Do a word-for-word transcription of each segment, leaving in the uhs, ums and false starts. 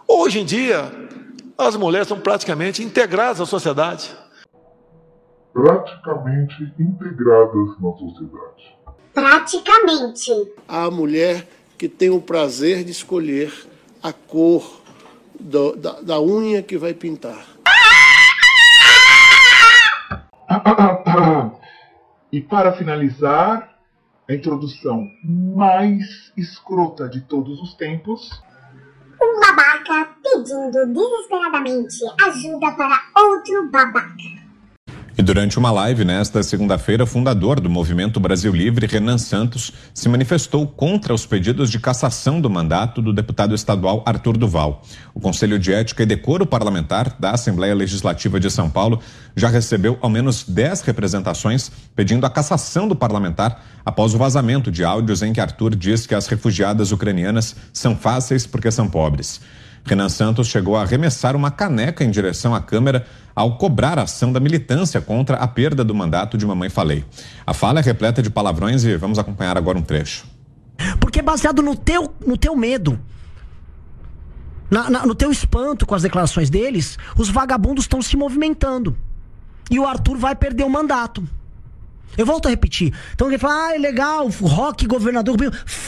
Hoje em dia, as mulheres são praticamente integradas à sociedade. Praticamente integradas na sociedade. Praticamente. A mulher que tem o prazer de escolher a cor do, da, da unha que vai pintar. E para finalizar, a introdução mais escrota de todos os tempos. Um babaca pedindo desesperadamente ajuda para outro babaca. E durante uma live nesta segunda-feira, o fundador do Movimento Brasil Livre, Renan Santos, se manifestou contra os pedidos de cassação do mandato do deputado estadual Arthur Duval. O Conselho de Ética e Decoro Parlamentar da Assembleia Legislativa de São Paulo já recebeu ao menos dez representações pedindo a cassação do parlamentar após o vazamento de áudios em que Arthur diz que as refugiadas ucranianas são fáceis porque são pobres. Renan Santos chegou a arremessar uma caneca em direção à Câmara ao cobrar a ação da militância contra a perda do mandato de Mamãe Falei. A fala é repleta de palavrões e vamos acompanhar agora um trecho. Porque é baseado no teu, no teu medo, na, na, no teu espanto com as declarações deles, os vagabundos estão se movimentando. E o Arthur vai perder o mandato. Eu volto a repetir. Então ele fala, ah, é legal, rock, governador... F***,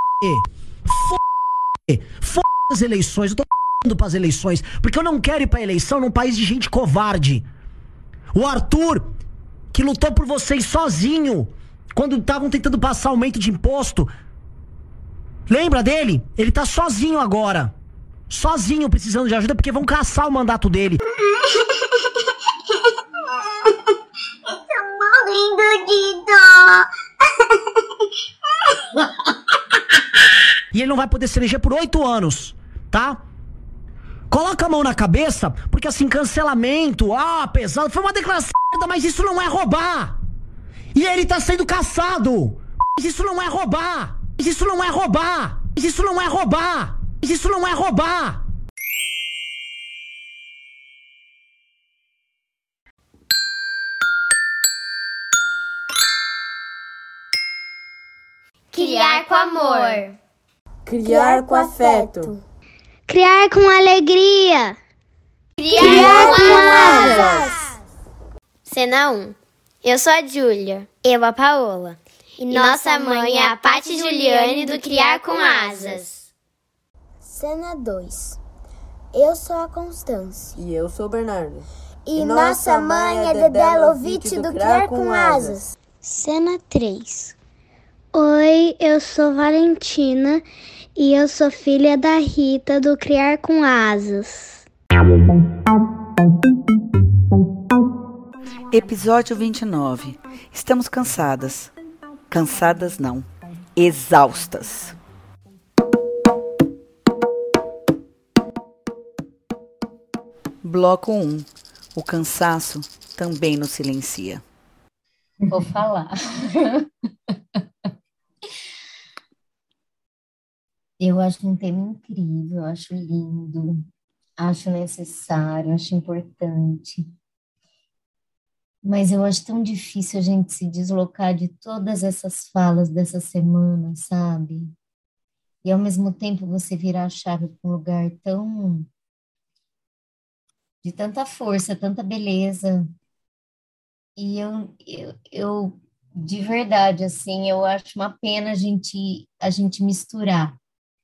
f***, f***, as eleições, eu tô f***ando pras eleições, porque eu não quero ir pra eleição num país de gente covarde. O Arthur, que lutou por vocês sozinho, quando estavam tentando passar aumento de imposto, lembra dele? Ele tá sozinho agora, sozinho, precisando de ajuda, porque vão caçar o mandato dele. Eu tô morrendo de dó. E ele não vai poder se eleger por oito anos, tá? Coloca a mão na cabeça, porque assim, cancelamento, ah, pesado, foi uma declaração, mas isso não é roubar. E ele tá sendo caçado. Mas isso não é roubar. Mas isso não é roubar. Mas isso não é roubar. Mas isso não é roubar. Criar com amor. Criar com afeto. Criar com alegria. Criar, Criar com asas. Cena um. Eu sou a Júlia. Eu a Paola. E, e nossa mãe é a Paty Juliane do Criar com Asas. Cena dois. Eu sou a Constância. E eu sou o Bernardo. E, e nossa mãe é Dedé Lovitch do Criar com Asas. Cena três. Oi, eu sou Valentina e eu sou filha da Rita do Criar com Asas. Episódio vinte e nove. Estamos cansadas. Cansadas não. Exaustas. Bloco um. O cansaço também nos silencia. Vou falar. Eu acho um tema incrível, acho lindo, acho necessário, acho importante. Mas eu acho tão difícil a gente se deslocar de todas essas falas dessa semana, sabe? E ao mesmo tempo você virar a chave para um lugar tão... de tanta força, tanta beleza. E eu, eu, eu de verdade, assim, eu acho uma pena a gente, a gente misturar.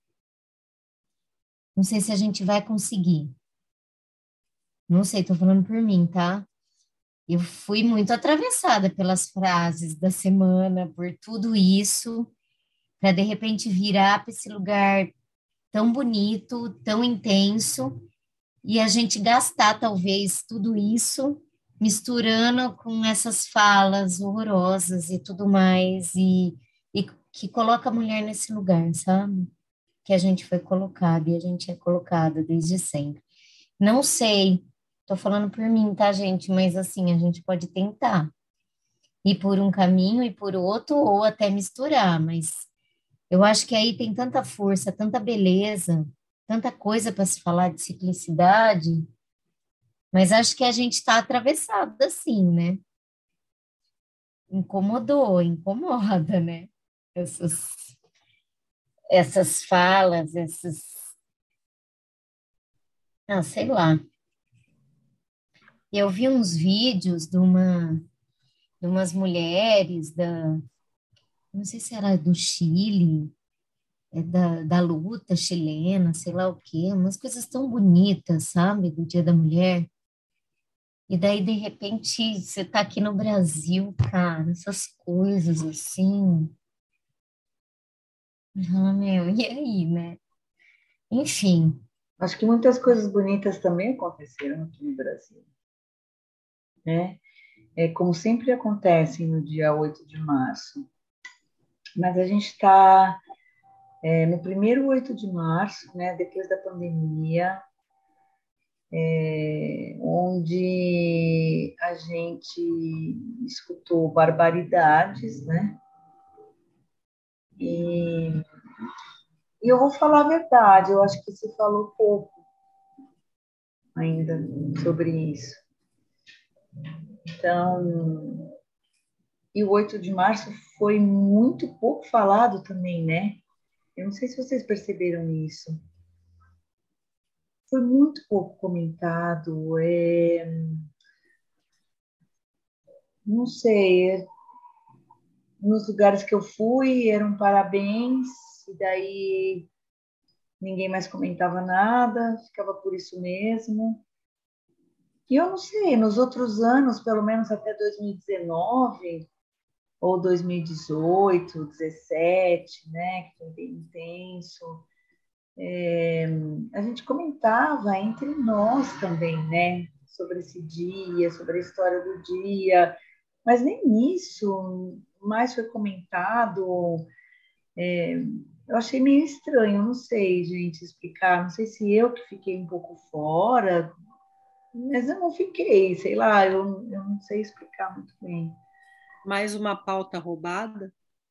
Não sei se a gente vai conseguir. Não sei, tô falando por mim, tá? Eu fui muito atravessada pelas frases da semana, por tudo isso, para de repente virar para esse lugar tão bonito, tão intenso, e a gente gastar talvez tudo isso misturando com essas falas horrorosas e tudo mais, e, e que coloca a mulher nesse lugar, sabe? Que a gente foi colocada e a gente é colocada desde sempre. Não sei, tô falando por mim, tá, gente? Mas assim, a gente pode tentar ir por um caminho e por outro, ou até misturar, mas eu acho que aí tem tanta força, tanta beleza, tanta coisa para se falar de ciclicidade, mas acho que a gente está atravessado assim, né? Incomodou, incomoda, né? Essas... essas falas, esses, Ah, sei lá. Eu vi uns vídeos de uma, de umas mulheres da, não sei se era do Chile, é da, da luta chilena, sei lá o quê, umas coisas tão bonitas, sabe, do Dia da Mulher. E daí, de repente, você tá aqui no Brasil, cara, essas coisas assim. Ah, meu, e aí, né? Enfim. Acho que muitas coisas bonitas também aconteceram aqui no Brasil, né? É como sempre acontece no dia oito de março. Mas a gente está é, no primeiro oito de março, né, depois da pandemia, é, onde a gente escutou barbaridades, né? E, e eu vou falar a verdade, eu acho que você falou pouco ainda sobre isso. Então, e o oito de março foi muito pouco falado também, né? Eu não sei se vocês perceberam isso. Foi muito pouco comentado. É... Não sei. É... Nos lugares que eu fui, eram parabéns, e daí ninguém mais comentava nada, ficava por isso mesmo. E eu não sei, nos outros anos, pelo menos até dois mil e dezenove, ou dois mil e dezoito, dezessete, né, que foi bem intenso, é, a gente comentava entre nós também, né, sobre esse dia, sobre a história do dia, mas nem isso mais foi comentado. É, eu achei meio estranho, não sei, gente, explicar, não sei se eu que fiquei um pouco fora, mas eu não fiquei, sei lá, eu, eu não sei explicar muito bem. Mais uma pauta roubada?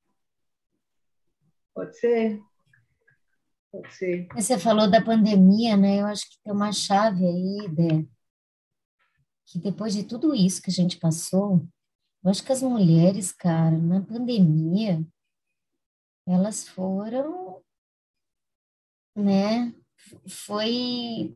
Pode ser. Pode ser. Você falou da pandemia, né? Eu acho que tem uma chave aí, Dé, que depois de tudo isso que a gente passou, eu acho que as mulheres, cara, na pandemia, elas foram, né? Foi,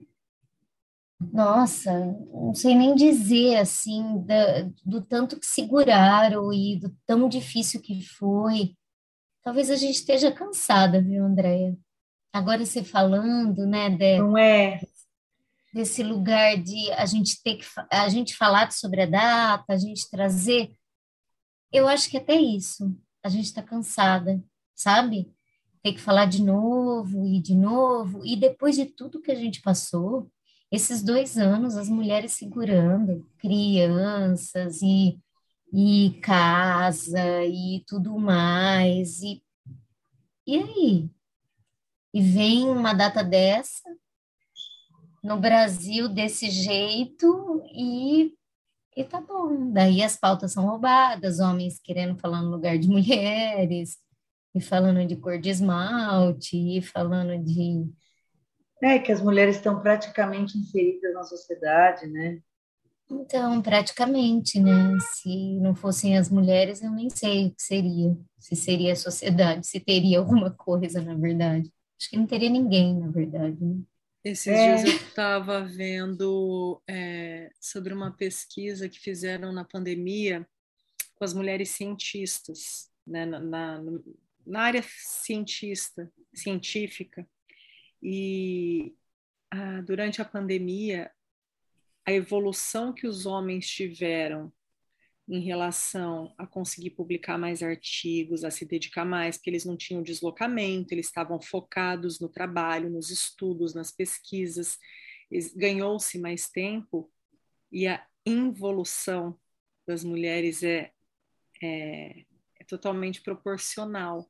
nossa, não sei nem dizer, assim, da, do tanto que seguraram e do tão difícil que foi. Talvez a gente esteja cansada, viu, Andréia? Agora você falando, né, de, Não é? desse lugar de a gente ter que fa- a gente falar sobre a data, a gente trazer, eu acho que até isso, a gente está cansada, sabe? Ter que falar de novo e de novo, e depois de tudo que a gente passou, esses dois anos, as mulheres segurando crianças e, e casa e tudo mais, e, e aí? E vem uma data dessa, no Brasil desse jeito, e, e tá bom. Daí as pautas são roubadas, homens querendo falar no lugar de mulheres, e falando de cor de esmalte, e falando de... É que as mulheres estão praticamente inseridas na sociedade, né? Então, praticamente, né? Se não fossem as mulheres, eu nem sei o que seria. Se seria a sociedade, se teria alguma coisa, na verdade. Acho que não teria ninguém, na verdade, né? Esses É. dias eu estava vendo é, sobre uma pesquisa que fizeram na pandemia com as mulheres cientistas, né, na, na, na área cientista, científica. E ah, durante a pandemia, a evolução que os homens tiveram em relação a conseguir publicar mais artigos, a se dedicar mais, porque eles não tinham deslocamento, eles estavam focados no trabalho, nos estudos, nas pesquisas, ganhou-se mais tempo, e a involução das mulheres é, é, é totalmente proporcional,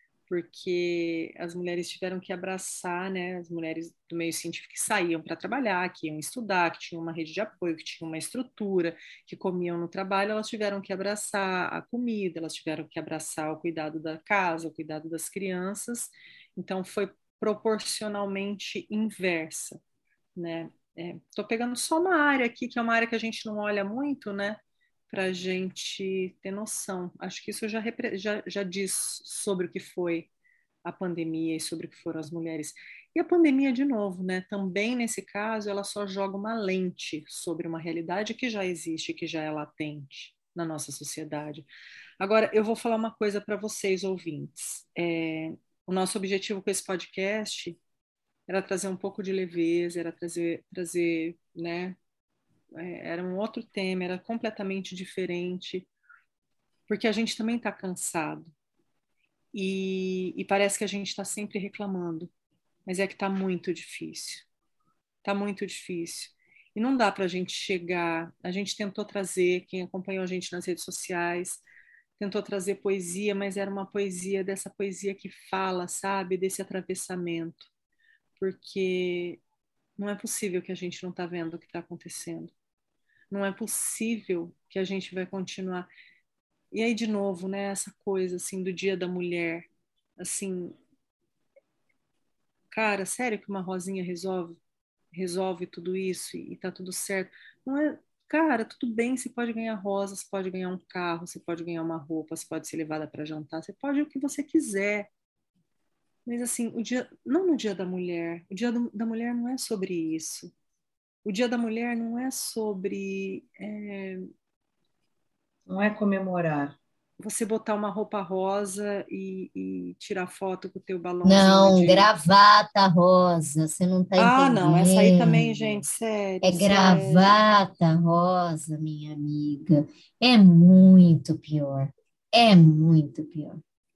porque as mulheres tiveram que abraçar, né, as mulheres do meio científico que saíam para trabalhar, que iam estudar, que tinham uma rede de apoio, que tinham uma estrutura, que comiam no trabalho, elas tiveram que abraçar a comida, elas tiveram que abraçar o cuidado da casa, o cuidado das crianças, então foi proporcionalmente inversa, né? Estou é, pegando só uma área aqui, que é uma área que a gente não olha muito, né? Para a gente ter noção. Acho que isso já, já, já diz sobre o que foi a pandemia e sobre o que foram as mulheres. E a pandemia, de novo, né, também nesse caso, ela só joga uma lente sobre uma realidade que já existe, que já é latente na nossa sociedade. Agora, eu vou falar uma coisa para vocês, ouvintes. É, o nosso objetivo com esse podcast era trazer um pouco de leveza, era trazer, trazer, né, era um outro tema, era completamente diferente, porque a gente também está cansado. E, e parece que a gente está sempre reclamando, mas é que está muito difícil. Está muito difícil. E não dá para a gente chegar... A gente tentou trazer, quem acompanhou a gente nas redes sociais, tentou trazer poesia, mas era uma poesia dessa poesia que fala, sabe, desse atravessamento. Porque não é possível que a gente não está vendo o que está acontecendo. Não é possível que a gente vai continuar... E aí, de novo, né, essa coisa, assim, do Dia da Mulher, assim, cara, sério que uma rosinha resolve, resolve tudo isso e, e tá tudo certo? Não é, cara, tudo bem, você pode ganhar rosa, você pode ganhar um carro, você pode ganhar uma roupa, você pode ser levada para jantar, você pode o que você quiser. Mas, assim, o dia, não no Dia da Mulher, o Dia do, da Mulher não é sobre isso. O Dia da Mulher não é sobre... É, não é comemorar. Você botar uma roupa rosa e, e tirar foto com o teu balãozinho. Não, de... gravata rosa, você não tá ah, entendendo. Ah, não, essa aí também, gente, sério. É gravata sério. rosa, minha amiga. É muito pior. É muito pior.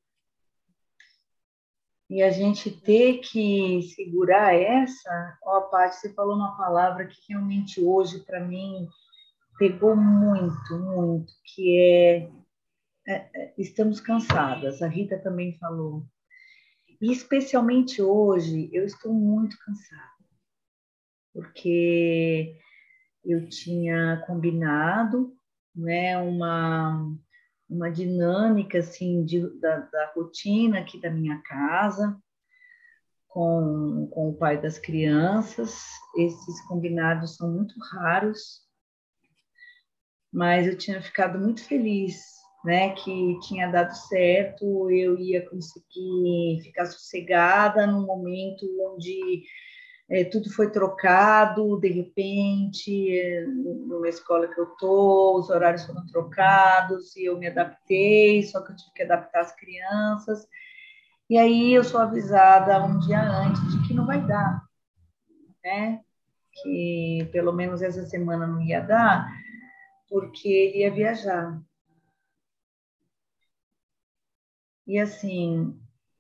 E a gente ter que segurar essa... Ó, Paty, você falou uma palavra que realmente hoje, para mim... pegou muito, muito, que é, é, é estamos cansadas, a Rita também falou. E especialmente hoje, eu estou muito cansada, porque eu tinha combinado, né, uma, uma dinâmica assim, de, da, da rotina aqui da minha casa, com, com o pai das crianças. Esses combinados são muito raros, mas eu tinha ficado muito feliz, né, que tinha dado certo, eu ia conseguir ficar sossegada num momento onde é, tudo foi trocado, de repente, é, numa escola que eu tô, os horários foram trocados, e eu me adaptei, só que eu tive que adaptar as crianças, e aí eu sou avisada um dia antes de que não vai dar, né, que pelo menos essa semana não ia dar, porque ele ia viajar. E assim,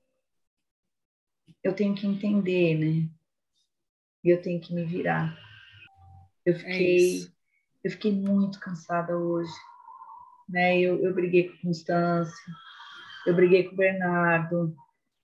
eu tenho que entender, né? E eu tenho que me virar. Eu fiquei, é eu fiquei muito cansada hoje, né? Eu, eu briguei com a Constância, eu briguei com o Bernardo,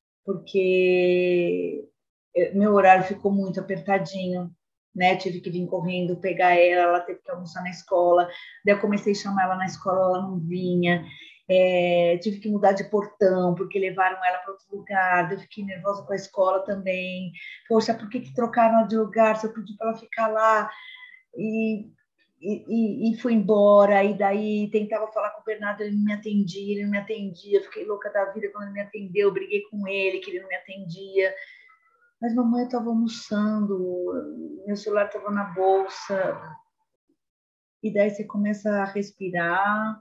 porque meu horário ficou muito apertadinho. Né, tive que vir correndo, pegar ela, ela teve que almoçar na escola, daí eu comecei a chamar ela na escola, ela não vinha, é, tive que mudar de portão, porque levaram ela para outro lugar, daí eu fiquei nervosa com a escola também, poxa, por que que trocaram ela de lugar, se eu pedi para ela ficar lá, e, e, e fui embora, e daí tentava falar com o Bernardo, ele não me atendia, ele não me atendia, eu fiquei louca da vida quando ele me atendeu, eu briguei com ele, que ele não me atendia. Mas mamãe, eu estava almoçando, meu celular estava na bolsa. E daí você começa a respirar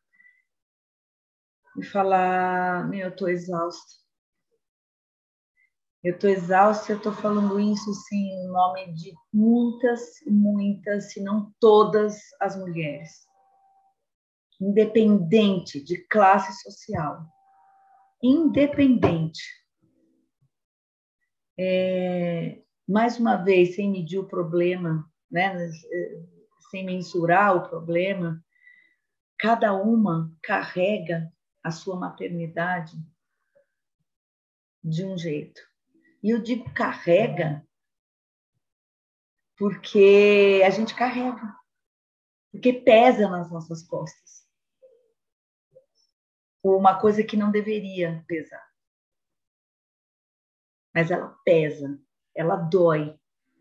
e falar, meu, eu estou exausta. Eu estou exausta, eu estou falando isso assim, em nome de muitas, muitas, se não todas as mulheres. Independente de classe social. Independente. É, mais uma vez, sem medir o problema, né, sem mensurar o problema, cada uma carrega a sua maternidade de um jeito. E eu digo carrega porque a gente carrega, porque pesa nas nossas costas. Uma coisa que não deveria pesar. Mas ela pesa, ela dói.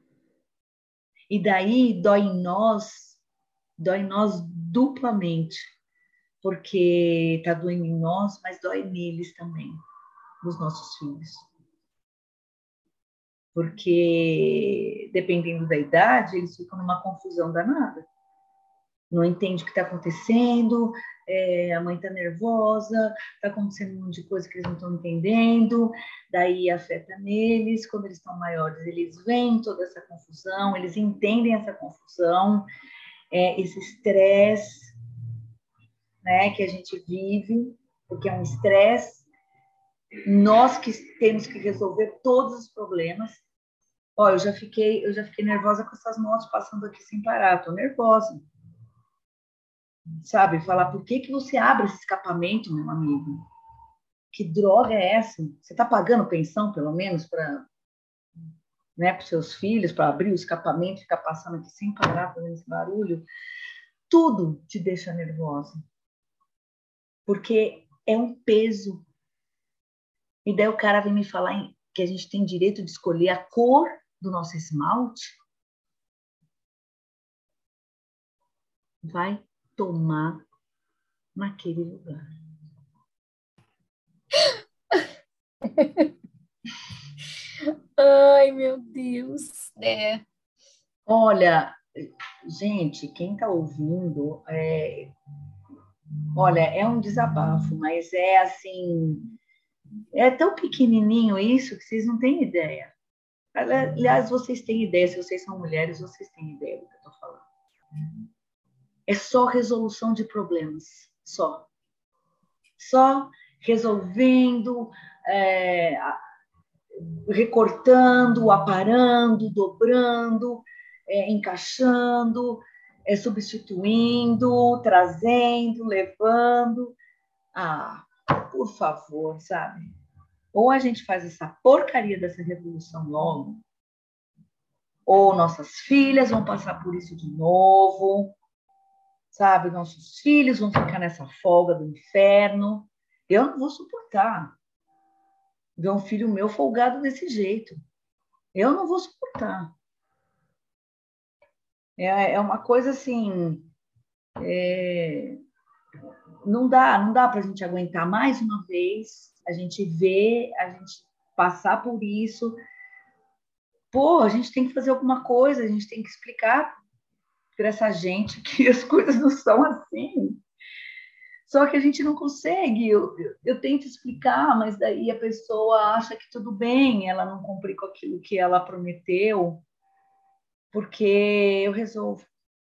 E daí dói em nós, dói em nós duplamente, porque está doendo em nós, mas dói neles também. dos nossos filhos. Porque, dependendo da idade, eles ficam numa confusão danada. Não entende o que está acontecendo, é, a mãe está nervosa, está acontecendo um monte de coisa que eles não estão entendendo, daí afeta neles. Quando eles estão maiores, eles veem toda essa confusão, eles entendem essa confusão, é, esse estresse, né, que a gente vive, porque é um estresse. Nós que temos que resolver todos os problemas. Ó, eu já fiquei, eu já fiquei nervosa com essas motos passando aqui sem parar, tô nervosa. Sabe, falar, por que que você abre esse escapamento, meu amigo? Que droga é essa? Você tá pagando pensão, pelo menos, para, né, para os seus filhos, para abrir o escapamento e ficar passando aqui sem parar, fazendo esse barulho? Tudo te deixa nervosa. Porque é um peso. E daí o cara vem me falar em, que a gente tem direito de escolher a cor do nosso esmalte. Vai tomar naquele lugar. Ai, meu Deus. É. Olha, gente, quem está ouvindo, é, olha, é um desabafo, mas é assim, é tão pequenininho isso que vocês não têm ideia. Aliás, vocês têm ideia, se vocês são mulheres, vocês têm ideia do que eu estou falando. É só resolução de problemas, só. Só resolvendo, é, recortando, aparando, dobrando, é, encaixando, é, substituindo, trazendo, levando. Ah, por favor, sabe? Ou a gente faz essa porcaria dessa revolução logo, ou nossas filhas vão passar por isso de novo, sabe? Nossos filhos vão ficar nessa folga do inferno. Eu não vou suportar ver um filho meu folgado desse jeito. Eu não vou suportar. É, é uma coisa assim... É, não dá, não dá para a gente aguentar mais uma vez, a gente ver, a gente passar por isso. Pô, a gente tem que fazer alguma coisa, a gente tem que explicar para essa gente que as coisas não são assim. Só que a gente não consegue. Eu, eu, eu tento explicar, mas daí a pessoa acha que tudo bem, ela não cumprir com aquilo que ela prometeu, porque eu resolvo.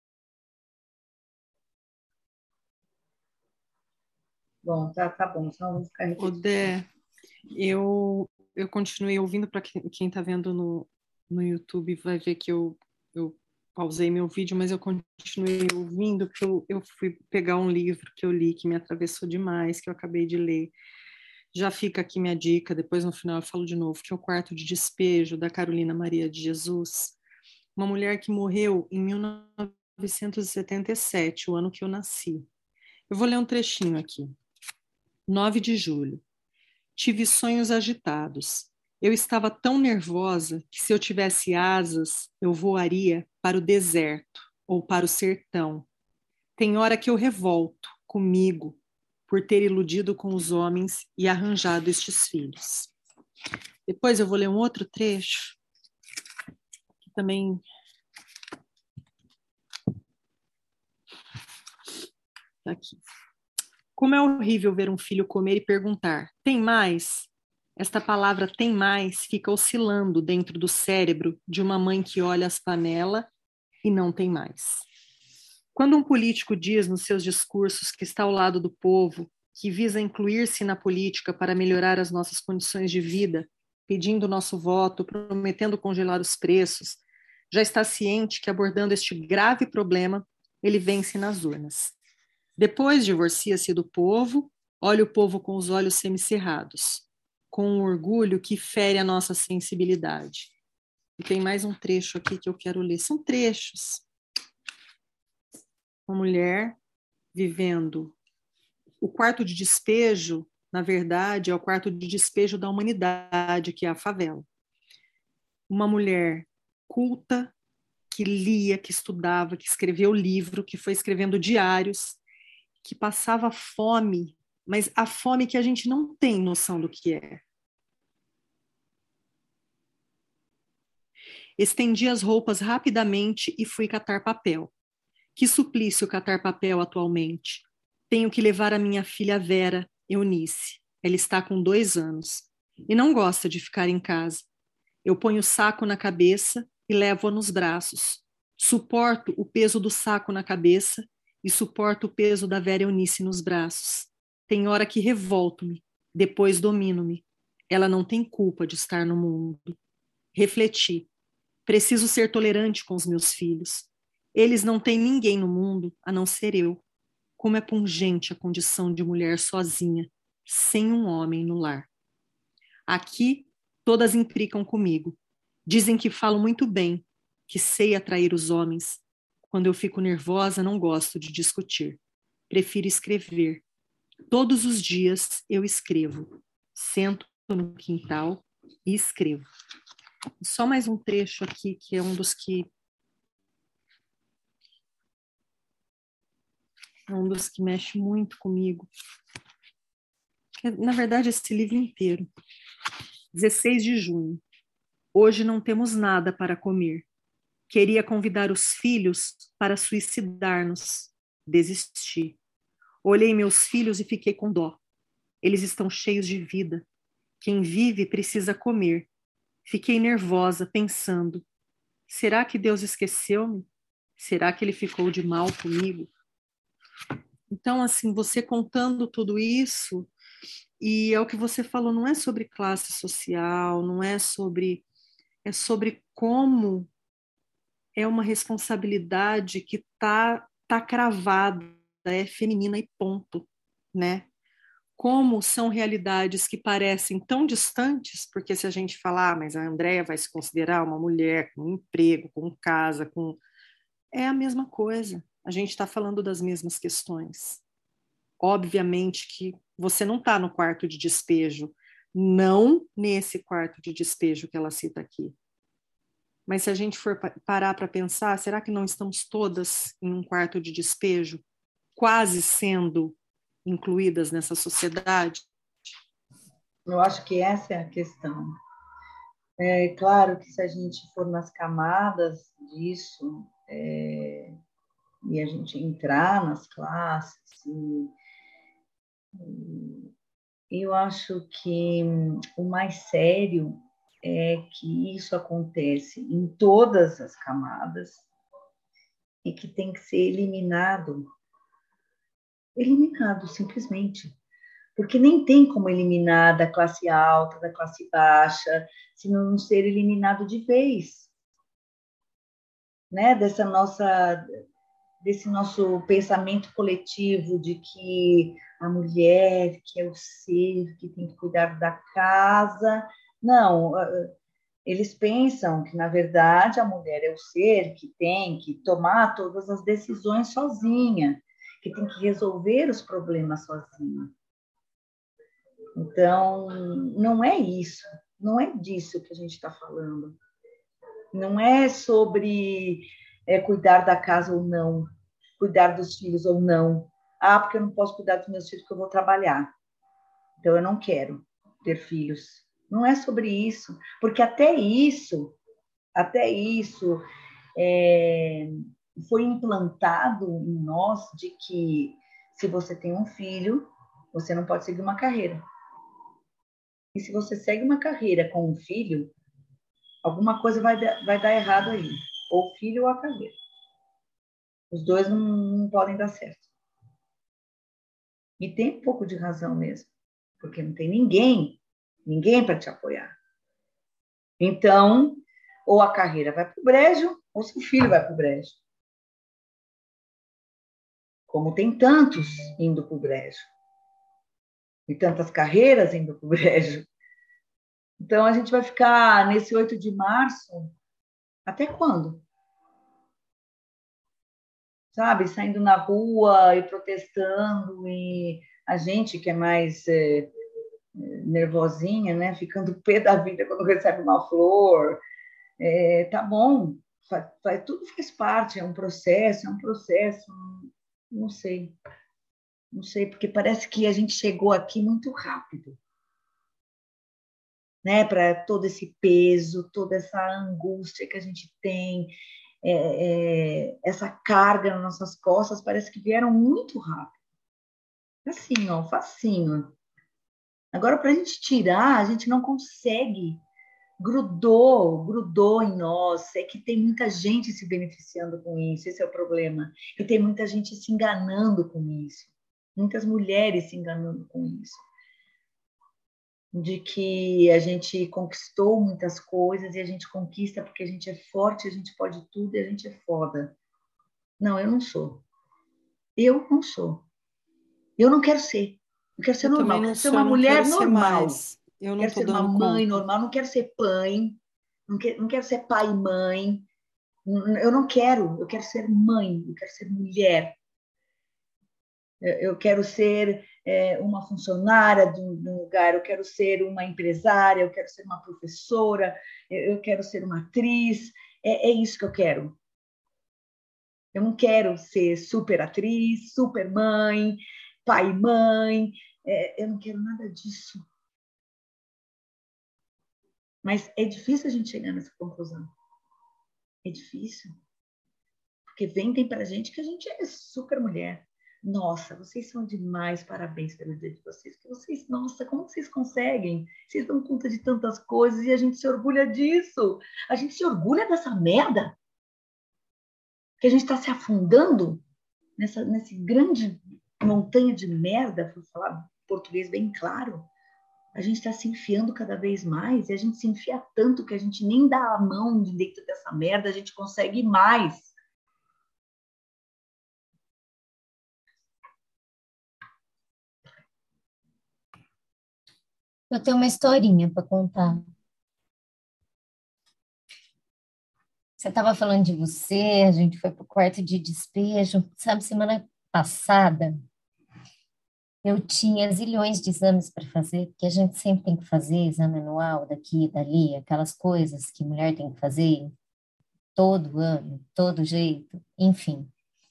Bom, tá, tá bom, senão eu vou ficar repetindo. Odé, eu, eu continuei ouvindo, para quem está vendo no, no YouTube vai ver que eu, eu pausei meu vídeo, mas eu continuei ouvindo, porque eu, eu fui pegar um livro que eu li, que me atravessou demais, que eu acabei de ler. Já fica aqui minha dica, depois no final eu falo de novo, que é O Quarto de Despejo, da Carolina Maria de Jesus, uma mulher que morreu em mil novecentos e setenta e sete, o ano que eu nasci. Eu vou ler um trechinho aqui. nove de julho. Tive sonhos agitados. Eu estava tão nervosa que se eu tivesse asas, eu voaria para o deserto ou para o sertão. Tem hora que eu revolto comigo por ter iludido com os homens e arranjado estes filhos. Depois eu vou ler um outro trecho que também... Tá aqui. Como é horrível ver um filho comer e perguntar, tem mais? Esta palavra tem mais fica oscilando dentro do cérebro de uma mãe que olha as panelas e não tem mais. Quando um político diz nos seus discursos que está ao lado do povo, que visa incluir-se na política para melhorar as nossas condições de vida, pedindo nosso voto, prometendo congelar os preços, já está ciente que abordando este grave problema, ele vence nas urnas. Depois divorcia-se do povo, olha o povo com os olhos semicerrados, com um orgulho que fere a nossa sensibilidade. E tem mais um trecho aqui que eu quero ler. São trechos. Uma mulher vivendo o quarto de despejo, na verdade, é o quarto de despejo da humanidade, que é a favela. Uma mulher culta, que lia, que estudava, que escreveu livro, que foi escrevendo diários, que passava fome, mas a fome que a gente não tem noção do que é. Estendi as roupas rapidamente e fui catar papel. Que suplício catar papel atualmente. Tenho que levar a minha filha Vera, Eunice. Ela está com dois anos e não gosta de ficar em casa. Eu ponho o saco na cabeça e levo-a nos braços. Suporto o peso do saco na cabeça e suporto o peso da Vera Eunice nos braços. Tem hora que revolto-me, depois domino-me. Ela não tem culpa de estar no mundo. Refleti. Preciso ser tolerante com os meus filhos. Eles não têm ninguém no mundo a não ser eu. Como é pungente a condição de mulher sozinha, sem um homem no lar. Aqui, todas implicam comigo. Dizem que falo muito bem, que sei atrair os homens. Quando eu fico nervosa, não gosto de discutir. Prefiro escrever. Todos os dias eu escrevo. Sento no quintal e escrevo. Só mais um trecho aqui, que é um dos que é um dos que mexe muito comigo. Na verdade, esse livro inteiro. dezesseis de junho. Hoje não temos nada para comer. Queria convidar os filhos para suicidar-nos. Desisti. Olhei meus filhos e fiquei com dó. Eles estão cheios de vida. Quem vive precisa comer. Fiquei nervosa, pensando. Será que Deus esqueceu-me? Será que ele ficou de mal comigo? Então, assim, você contando tudo isso, e é o que você falou, não é sobre classe social, não é sobre... É sobre como é uma responsabilidade que tá, tá cravada, é feminina e ponto, né? Como são realidades que parecem tão distantes, porque se a gente falar, ah, mas a Andréia vai se considerar uma mulher com um emprego, com casa, com... É a mesma coisa. A gente está falando das mesmas questões. Obviamente que você não está no quarto de despejo, não nesse quarto de despejo que ela cita aqui. Mas se a gente for parar para pensar, será que não estamos todas em um quarto de despejo, quase sendo incluídas nessa sociedade? Eu acho que essa é a questão. É claro que se a gente for nas camadas disso, é, e a gente entrar nas classes, e, e eu acho que o mais sério é que isso acontece em todas as camadas e que tem que ser eliminado. Eliminado, simplesmente. Porque nem tem como eliminar da classe alta, da classe baixa, se não ser eliminado de vez. Né? Dessa nossa, desse nosso pensamento coletivo de que a mulher, que é o ser que tem que cuidar da casa. Não, eles pensam que, na verdade, a mulher é o ser que tem que tomar todas as decisões sozinha, que tem que resolver os problemas sozinha. Então, não é isso, não é disso que a gente está falando. Não é sobre é, cuidar da casa ou não, cuidar dos filhos ou não. Ah, porque eu não posso cuidar dos meus filhos porque eu vou trabalhar. Então, eu não quero ter filhos. Não é sobre isso, porque até isso, até isso é, foi implantado em nós de que se você tem um filho, você não pode seguir uma carreira. E se você segue uma carreira com um filho, alguma coisa vai, vai dar errado aí. Ou o filho ou a carreira. Os dois não, não podem dar certo. E tem um pouco de razão mesmo. Porque não tem ninguém, ninguém para te apoiar. Então, ou a carreira vai para o brejo, ou seu filho vai para o brejo. Como tem tantos indo para o brejo. E tantas carreiras indo para o brejo. Então, a gente vai ficar nesse oito de março até quando? Sabe? Saindo na rua e protestando, e a gente que é mais é, nervosinha, né? Ficando pé da vida quando recebe uma flor. É, tá bom, faz, faz, tudo faz parte, é um processo, é um processo, não sei. Não sei, porque parece que a gente chegou aqui muito rápido. né? Para todo esse peso, toda essa angústia que a gente tem, é, é, essa carga nas nossas costas, parece que vieram muito rápido. Assim, ó, facinho. Agora, para a gente tirar, a gente não consegue. Grudou, grudou em nós. É que tem muita gente se beneficiando com isso, esse é o problema. E tem muita gente se enganando com isso. Muitas mulheres se enganando com isso. De que a gente conquistou muitas coisas e a gente conquista porque a gente é forte, a gente pode tudo e a gente é foda. Não, eu não sou. Eu não sou. Eu não quero ser. Eu quero ser Eu normal. também Eu não quero ser sou, uma eu não mulher quero ser normal. mais. Eu não Quero tô ser uma dando mãe conta. normal. Não quero ser pai. Não quero, não quero ser pai e mãe. Eu não quero. Eu quero ser mãe. Eu quero ser mulher. Eu, eu quero ser é, uma funcionária de um, de um lugar. Eu quero ser uma empresária. Eu quero ser uma professora. Eu, eu quero ser uma atriz. É, é isso que eu quero. Eu não quero ser super atriz, super mãe, pai e mãe. É, eu não quero nada disso. Mas é difícil a gente chegar nessa conclusão. É difícil. Porque vendem para a gente que a gente é super mulher. Nossa, vocês são demais, parabéns pelo dia de vocês. Que vocês, nossa, como vocês conseguem? Vocês dão conta de tantas coisas e a gente se orgulha disso. A gente se orgulha dessa merda. Que a gente está se afundando nessa, nessa grande montanha de merda, para falar português bem claro. A gente está se enfiando cada vez mais e a gente se enfia tanto que a gente nem dá a mão de dentro dessa merda, a gente consegue mais. Eu tenho uma historinha para contar. Você estava falando de você, a gente foi para o quarto de despejo. Sabe, semana passada, eu tinha zilhões de exames para fazer, porque a gente sempre tem que fazer exame anual daqui e dali, aquelas coisas que mulher tem que fazer todo ano, todo jeito, enfim.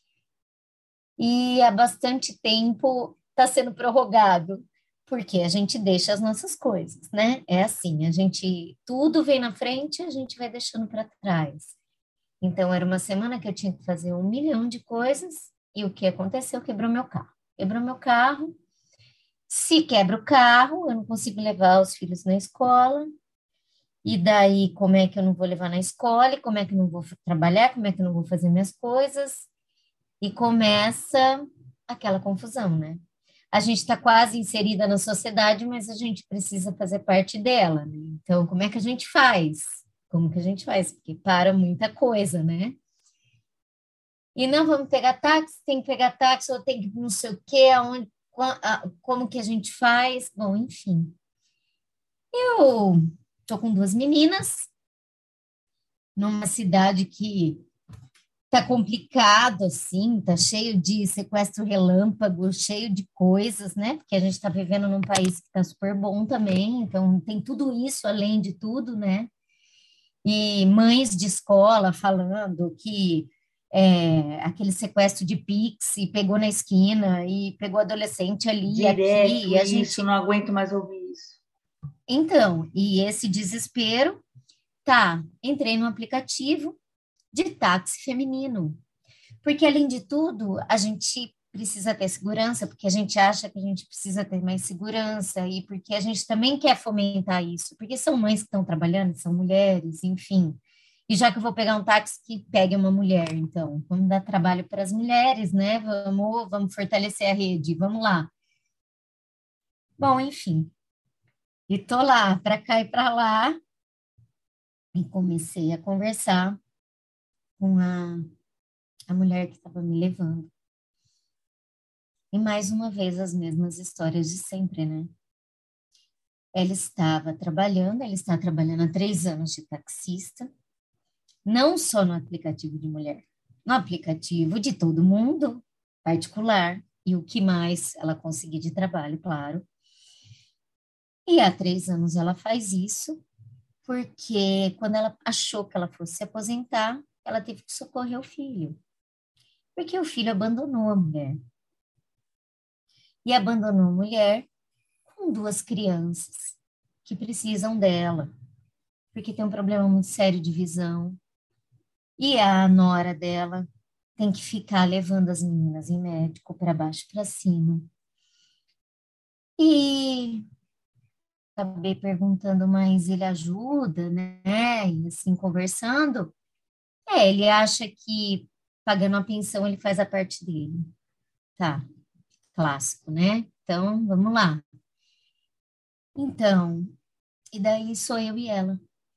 E há bastante tempo está sendo prorrogado, porque a gente deixa as nossas coisas, né? É assim, a gente, tudo vem na frente, a gente vai deixando para trás. Então, era uma semana que eu tinha que fazer um milhão de coisas, e o que aconteceu? Quebrou meu carro. Quebrou meu carro. Se quebra o carro, eu não consigo levar os filhos na escola. E daí, como é que eu não vou levar na escola? E como é que eu não vou trabalhar? Como é que eu não vou fazer minhas coisas? E começa aquela confusão, né? A gente está quase inserida na sociedade, mas a gente precisa fazer parte dela, né? Então, como é que a gente faz? Como que a gente faz? Porque para muita coisa, né? E não vamos pegar táxi, tem que pegar táxi, ou tem que não sei o quê, aonde, como que a gente faz? Bom, enfim. Eu tô com duas meninas numa cidade que tá complicado, assim, tá cheio de sequestro relâmpago, cheio de coisas, né? Porque a gente tá vivendo num país que tá super bom também, então tem tudo isso além de tudo, né? E mães de escola falando que é, aquele sequestro de Pix e pegou na esquina e pegou adolescente ali Direto, aqui. E a gente... isso, não aguento mais ouvir isso. Então, e esse desespero, tá, entrei no aplicativo de táxi feminino. Porque, além de tudo, a gente precisa ter segurança, porque a gente acha que a gente precisa ter mais segurança e porque a gente também quer fomentar isso, porque são mães que estão trabalhando, são mulheres, enfim. E já que eu vou pegar um táxi, que pegue uma mulher, então, vamos dar trabalho para as mulheres, né? Vamos, vamos fortalecer a rede, vamos lá. Bom, enfim. E tô lá, para cá e para lá, e comecei a conversar com a, a mulher que estava me levando. E mais uma vez as mesmas histórias de sempre, né? Ela estava trabalhando, ela está trabalhando há três anos de taxista, não só no aplicativo de mulher, no aplicativo de todo mundo, particular, e o que mais ela conseguir de trabalho, claro. E há três anos ela faz isso, porque quando ela achou que ela fosse se aposentar, ela teve que socorrer o filho, porque o filho abandonou a mulher. E abandonou a mulher com duas crianças. que precisam dela, porque tem um problema muito sério de visão. E a nora dela tem que ficar levando as meninas em médico para baixo e para cima. E acabei perguntando, mas ele ajuda, né? E assim, conversando, é, ele acha que pagando a pensão ele faz a parte dele. Tá, clássico, né? Então, vamos lá. Então, e daí sou eu e ela,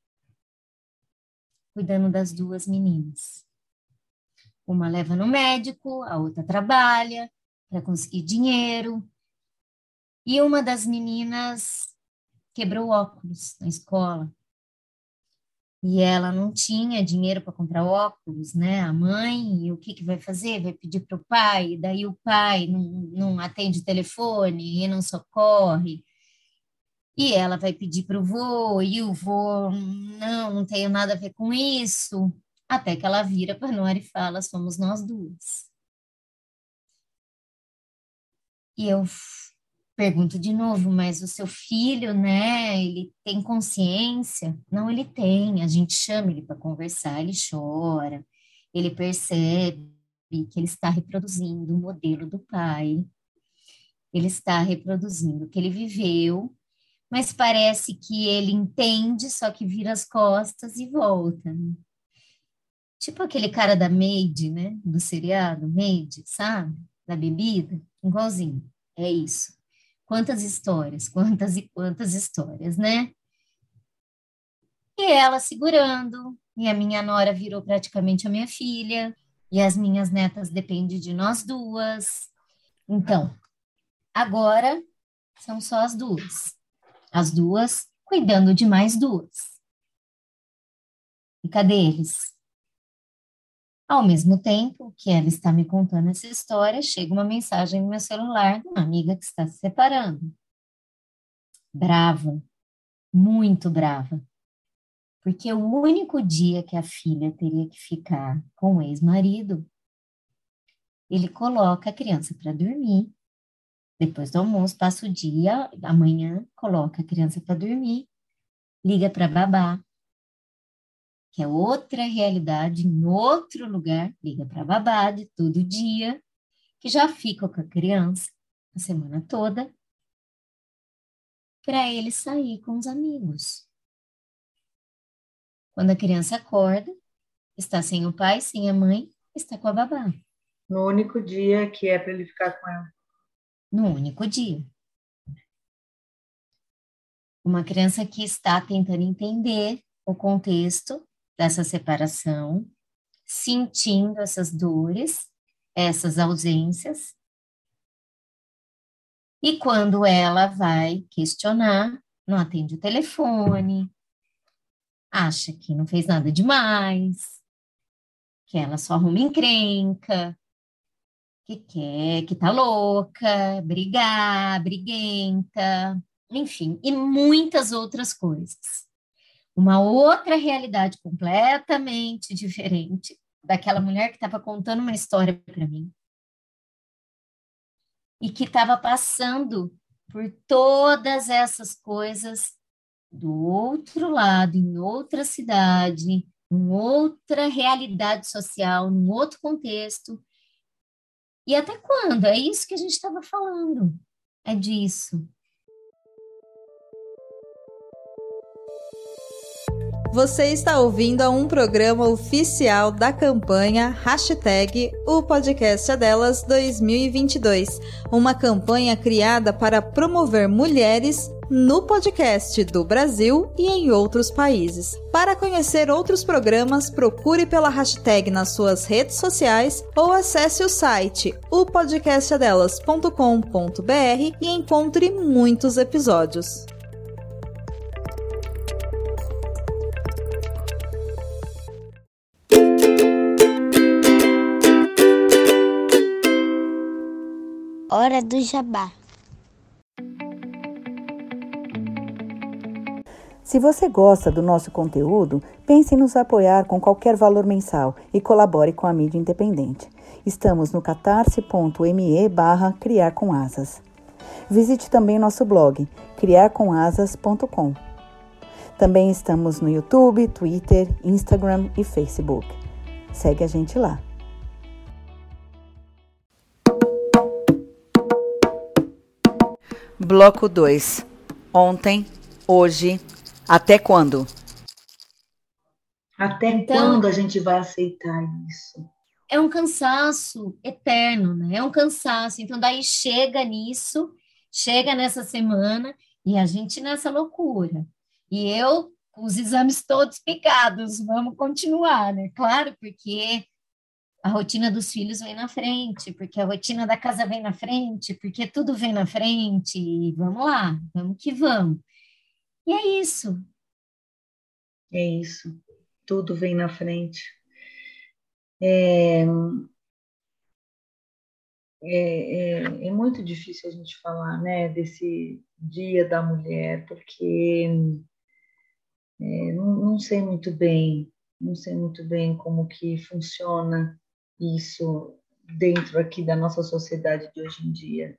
cuidando das duas meninas. Uma leva no médico, a outra trabalha para conseguir dinheiro. E uma das meninas quebrou óculos na escola. E ela não tinha dinheiro para comprar óculos, né? A mãe, e o que, que vai fazer? Vai pedir para o pai, e daí o pai não, não atende o telefone e não socorre. E ela vai pedir para o vô, e o vô, não, não tenho nada a ver com isso. Até que ela vira para a nora e fala, somos nós duas. E eu pergunto de novo, mas o seu filho, né, ele tem consciência? Não, ele tem, a gente chama ele para conversar, ele chora, ele percebe que ele está reproduzindo o modelo do pai, ele está reproduzindo o que ele viveu, mas parece que ele entende, só que vira as costas e volta. Tipo aquele cara da Maid, né, do seriado, Maid, sabe, da bebida, igualzinho, é isso. Quantas histórias, quantas e quantas histórias, né? E ela segurando, e a minha nora virou praticamente a minha filha, e as minhas netas dependem de nós duas. Então, agora são só as duas. As duas cuidando de mais duas. E cadê eles? Ao mesmo tempo que ela está me contando essa história, chega uma mensagem no meu celular de uma amiga que está se separando. Brava, muito brava. Porque o único dia que a filha teria que ficar com o ex-marido, ele coloca a criança para dormir. Depois do almoço, passa o dia, amanhã, coloca a criança para dormir, liga para babá, que é outra realidade, em outro lugar, liga para a babá de todo dia, que já fica com a criança a semana toda, para ele sair com os amigos. Quando a criança acorda, está sem o pai, sem a mãe, está com a babá. No único dia que é para ele ficar com ela. No único dia. Uma criança que está tentando entender o contexto dessa separação, sentindo essas dores, essas ausências. E quando ela vai questionar, não atende o telefone, acha que não fez nada demais, que ela só arruma encrenca, que quer, que tá louca, brigar, briguenta, enfim, e muitas outras coisas. Uma outra realidade completamente diferente daquela mulher que estava contando uma história para mim e que estava passando por todas essas coisas do outro lado, em outra cidade, em outra realidade social, num outro contexto. E até quando? É isso que a gente estava falando. É disso. Você está ouvindo a um programa oficial da campanha hashtag O Podcast é Delas dois mil e vinte e dois, uma campanha criada para promover mulheres no podcast do Brasil e em outros países. Para conhecer outros programas, procure pela hashtag nas suas redes sociais ou acesse o site o podcast é delas ponto com ponto b r e encontre muitos episódios. Hora do Jabá. Se você gosta do nosso conteúdo, pense em nos apoiar com qualquer valor mensal e colabore com a mídia independente. Estamos no catarse ponto m e barra criar com asas. Visite também nosso blog, criar com asas ponto com. Também estamos no YouTube, Twitter, Instagram e Facebook. Segue a gente lá. Bloco dois. Ontem, hoje, até quando? Até Então- quando a gente vai aceitar isso? É um cansaço eterno, né? É um cansaço. Então, daí chega nisso, chega nessa semana e a gente nessa loucura. E eu, com os exames todos picados, vamos continuar, né? Claro, porque a rotina dos filhos vem na frente, porque a rotina da casa vem na frente, porque tudo vem na frente. E vamos lá, vamos que vamos. E é isso. É isso. Tudo vem na frente. É, é, é, é muito difícil a gente falar, né, desse Dia da Mulher, porque é, não, não sei muito bem, não sei muito bem como que funciona isso dentro aqui da nossa sociedade de hoje em dia.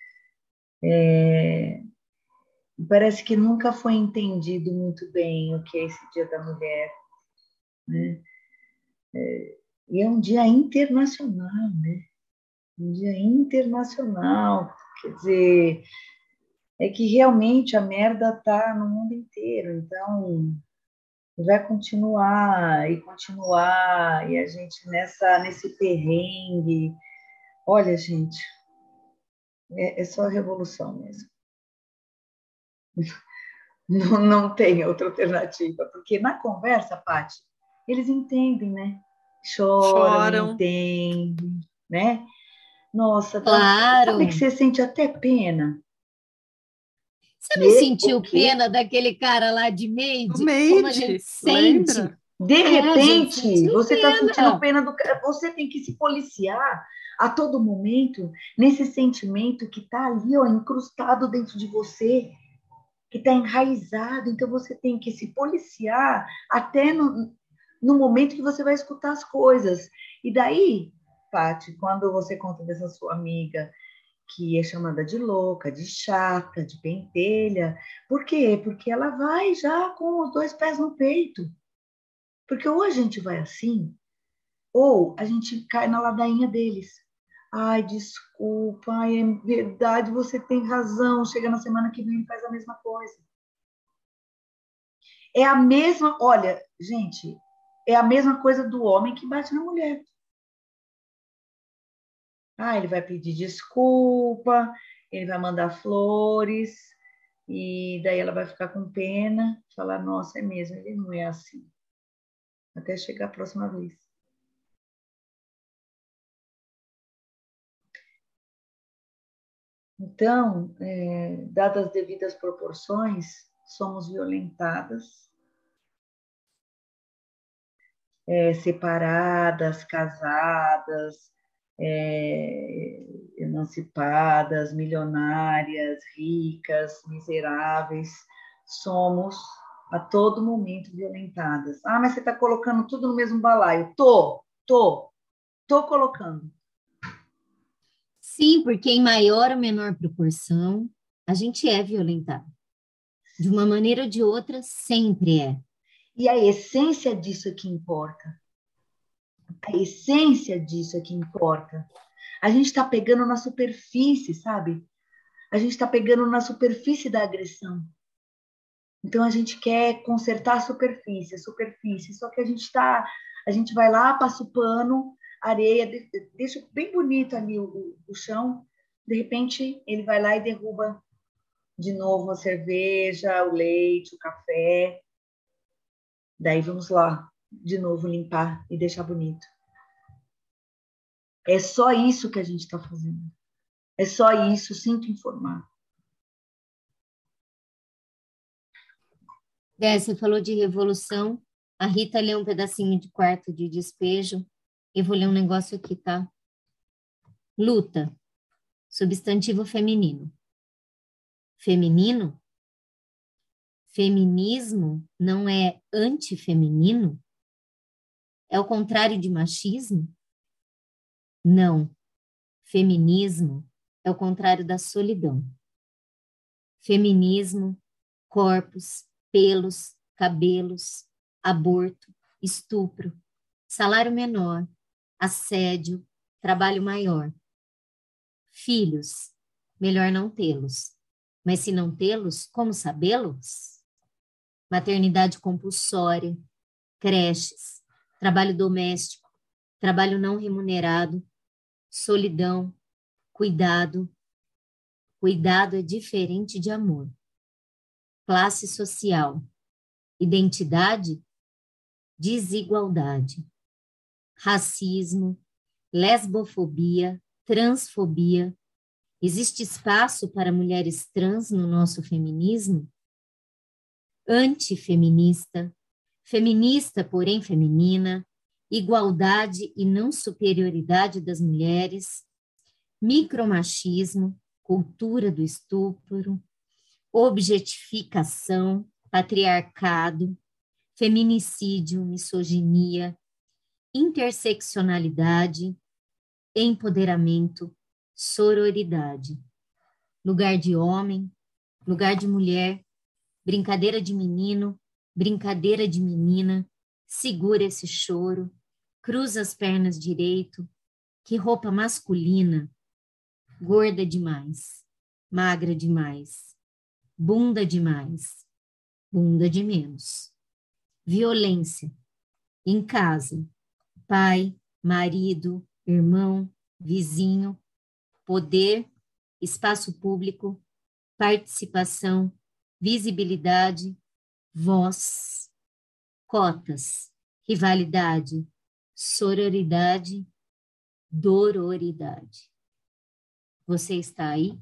É, parece que nunca foi entendido muito bem o que é esse Dia da Mulher, né? É, e é um dia internacional, né? Um dia internacional, quer dizer, é que realmente a merda tá no mundo inteiro, então vai continuar e continuar, e a gente nessa, nesse perrengue. Olha, gente, é, é só revolução mesmo. Não, não tem outra alternativa, porque na conversa, Paty, eles entendem, né? Choram, Choram. entendem, né? Nossa, dá- Claro. sabe que você sente até pena? Você não E- sentiu o quê? pena daquele cara lá de Maid? O Maid, Como a gente sente? lembra? De É, a gente repente, sentiu você está pena. sentindo pena do cara. Você tem que se policiar a todo momento nesse sentimento que está ali, ó, incrustado dentro de você, que está enraizado. Então você tem que se policiar até no, no momento que você vai escutar as coisas. E daí, Paty, quando você conta dessa sua amiga que é chamada de louca, de chata, de pentelha, por quê? Porque ela vai já com os dois pés no peito. Porque ou a gente vai assim, ou a gente cai na ladainha deles. Ai, desculpa, ai, é verdade, você tem razão. Chega na semana que vem e faz a mesma coisa. É a mesma, olha, gente, é a mesma coisa do homem que bate na mulher. Ah, ele vai pedir desculpa, ele vai mandar flores, e daí ela vai ficar com pena, falar, nossa, é mesmo, ele não é assim. Até chegar a próxima vez. Então, é, dadas as devidas proporções, somos violentadas, é, separadas, casadas, é, emancipadas, milionárias, ricas, miseráveis, somos a todo momento violentadas. Ah, mas você está colocando tudo no mesmo balaio. Tô, tô, tô colocando. Sim, porque em maior ou menor proporção, a gente é violentado. De uma maneira ou de outra, sempre é. E a essência disso é que importa. A essência disso é que importa. A gente está pegando na superfície, sabe? A gente está pegando na superfície da agressão. Então a gente quer consertar a superfície, a superfície. Só que a gente tá, a gente vai lá, passa o pano, areia, deixa bem bonito ali o, o chão. De repente ele vai lá e derruba de novo a cerveja, o leite, o café. Daí vamos lá, de novo limpar e deixar bonito. É só isso que a gente está fazendo. É só isso, sinto informar. É, você falou de revolução. A Rita leu um pedacinho de quarto de despejo. Eu vou ler um negócio aqui, tá? Luta. Substantivo feminino. Feminino? Feminismo não é antifeminino? É o contrário de machismo? Não. Feminismo é o contrário da solidão. Feminismo, corpos, pelos, cabelos, aborto, estupro, salário menor, assédio, trabalho maior. Filhos, melhor não tê-los. Mas se não tê-los, como sabê-los? Maternidade compulsória, creches, trabalho doméstico, trabalho não remunerado, solidão, cuidado. Cuidado é diferente de amor. Classe social, identidade, desigualdade. Racismo, lesbofobia, transfobia. Existe espaço para mulheres trans no nosso feminismo? Antifeminista, feminista, porém feminina, igualdade e não superioridade das mulheres, micromachismo, cultura do estupro, objetificação, patriarcado, feminicídio, misoginia, interseccionalidade, empoderamento, sororidade, lugar de homem, lugar de mulher, brincadeira de menino, brincadeira de menina, segura esse choro, cruza as pernas direito, que roupa masculina, gorda demais, magra demais, bunda demais, bunda de menos. Violência, em casa, pai, marido, irmão, vizinho, poder, espaço público, participação, visibilidade, voz, cotas, rivalidade, sororidade, dororidade. Você está aí?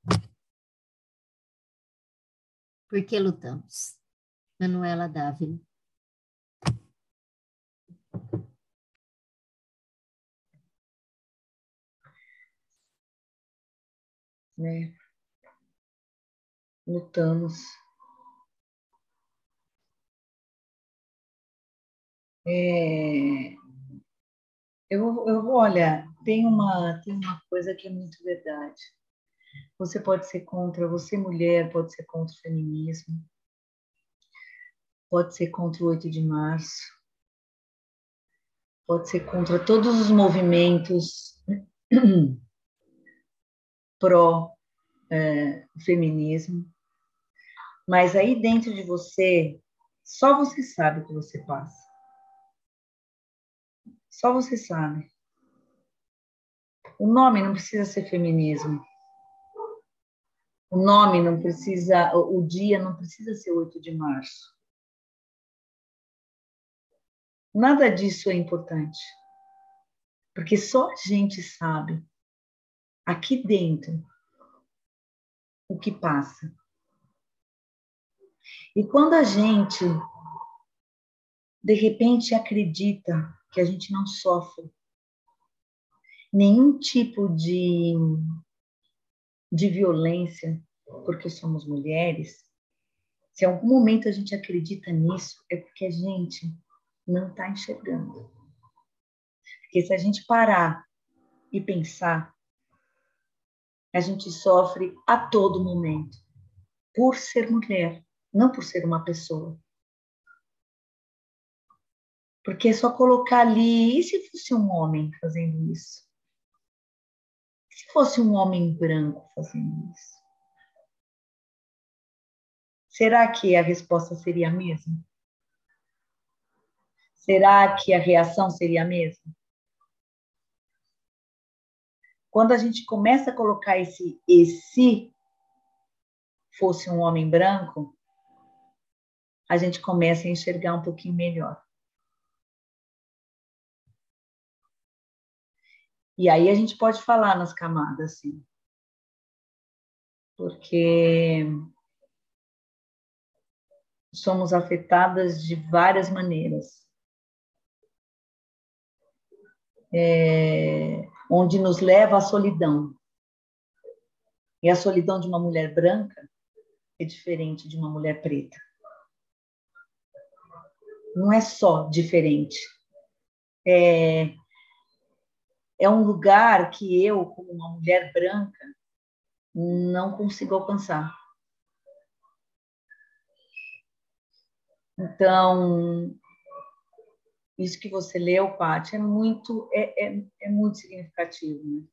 Por que lutamos? Manuela Dávila. Né? Lutamos. É, eu, eu, olha, tem uma, tem uma coisa que é muito verdade. Você pode ser contra, você mulher pode ser contra o feminismo, pode ser contra o oito de março, pode ser contra todos os movimentos pró-feminismo, mas aí dentro de você, só você sabe o que você passa. Só você sabe. O nome não precisa ser feminismo. O nome não precisa, o dia não precisa ser oito de março. Nada disso é importante. Porque só a gente sabe, aqui dentro, o que passa. E quando a gente, de repente, acredita que a gente não sofre nenhum tipo de, de violência porque somos mulheres, se em algum momento a gente acredita nisso, é porque a gente não está enxergando. Porque se a gente parar e pensar, a gente sofre a todo momento por ser mulher, não por ser uma pessoa. Porque é só colocar ali, e se fosse um homem fazendo isso? Se fosse um homem branco fazendo isso? Será que a resposta seria a mesma? Será que a reação seria a mesma? Quando a gente começa a colocar esse e se fosse um homem branco, a gente começa a enxergar um pouquinho melhor. E aí a gente pode falar nas camadas, sim. Porque somos afetadas de várias maneiras. É, onde nos leva à solidão. E a solidão de uma mulher branca é diferente de uma mulher preta. Não é só diferente. É... É um lugar que eu, como uma mulher branca, não consigo alcançar. Então, isso que você leu, Paty, é muito, é, é, é muito significativo, né?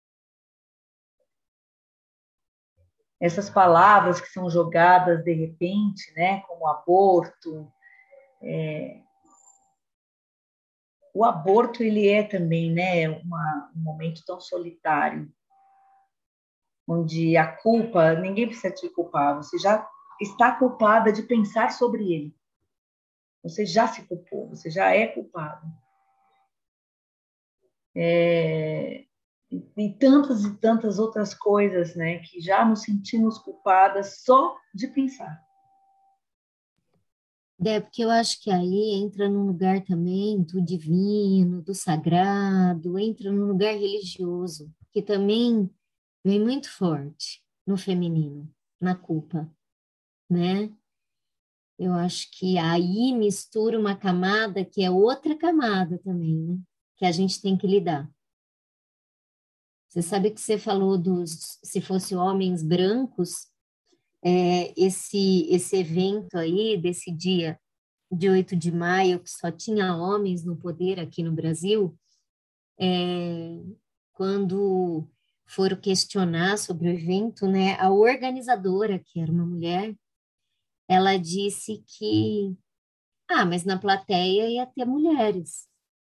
Essas palavras que são jogadas de repente, né, como aborto, é... o aborto ele é também, né, uma, um momento tão solitário, onde a culpa, ninguém precisa te culpar, você já está culpada de pensar sobre ele. Você já se culpou, você já é culpado. É... E, e tantas e tantas outras coisas, né, que já nos sentimos culpadas só de pensar. É, porque eu acho que aí entra num lugar também do divino, do sagrado, entra num lugar religioso, que também vem muito forte no feminino, na culpa, né? Eu acho que aí mistura uma camada que é outra camada também, né? Que a gente tem que lidar. Você sabe que você falou dos, se fosse homens brancos, é, esse, esse evento aí, desse dia de oito de maio, que só tinha homens no poder aqui no Brasil, é, quando foram questionar sobre o evento, né, a organizadora, que era uma mulher, ela disse que, ah, mas na plateia ia ter mulheres.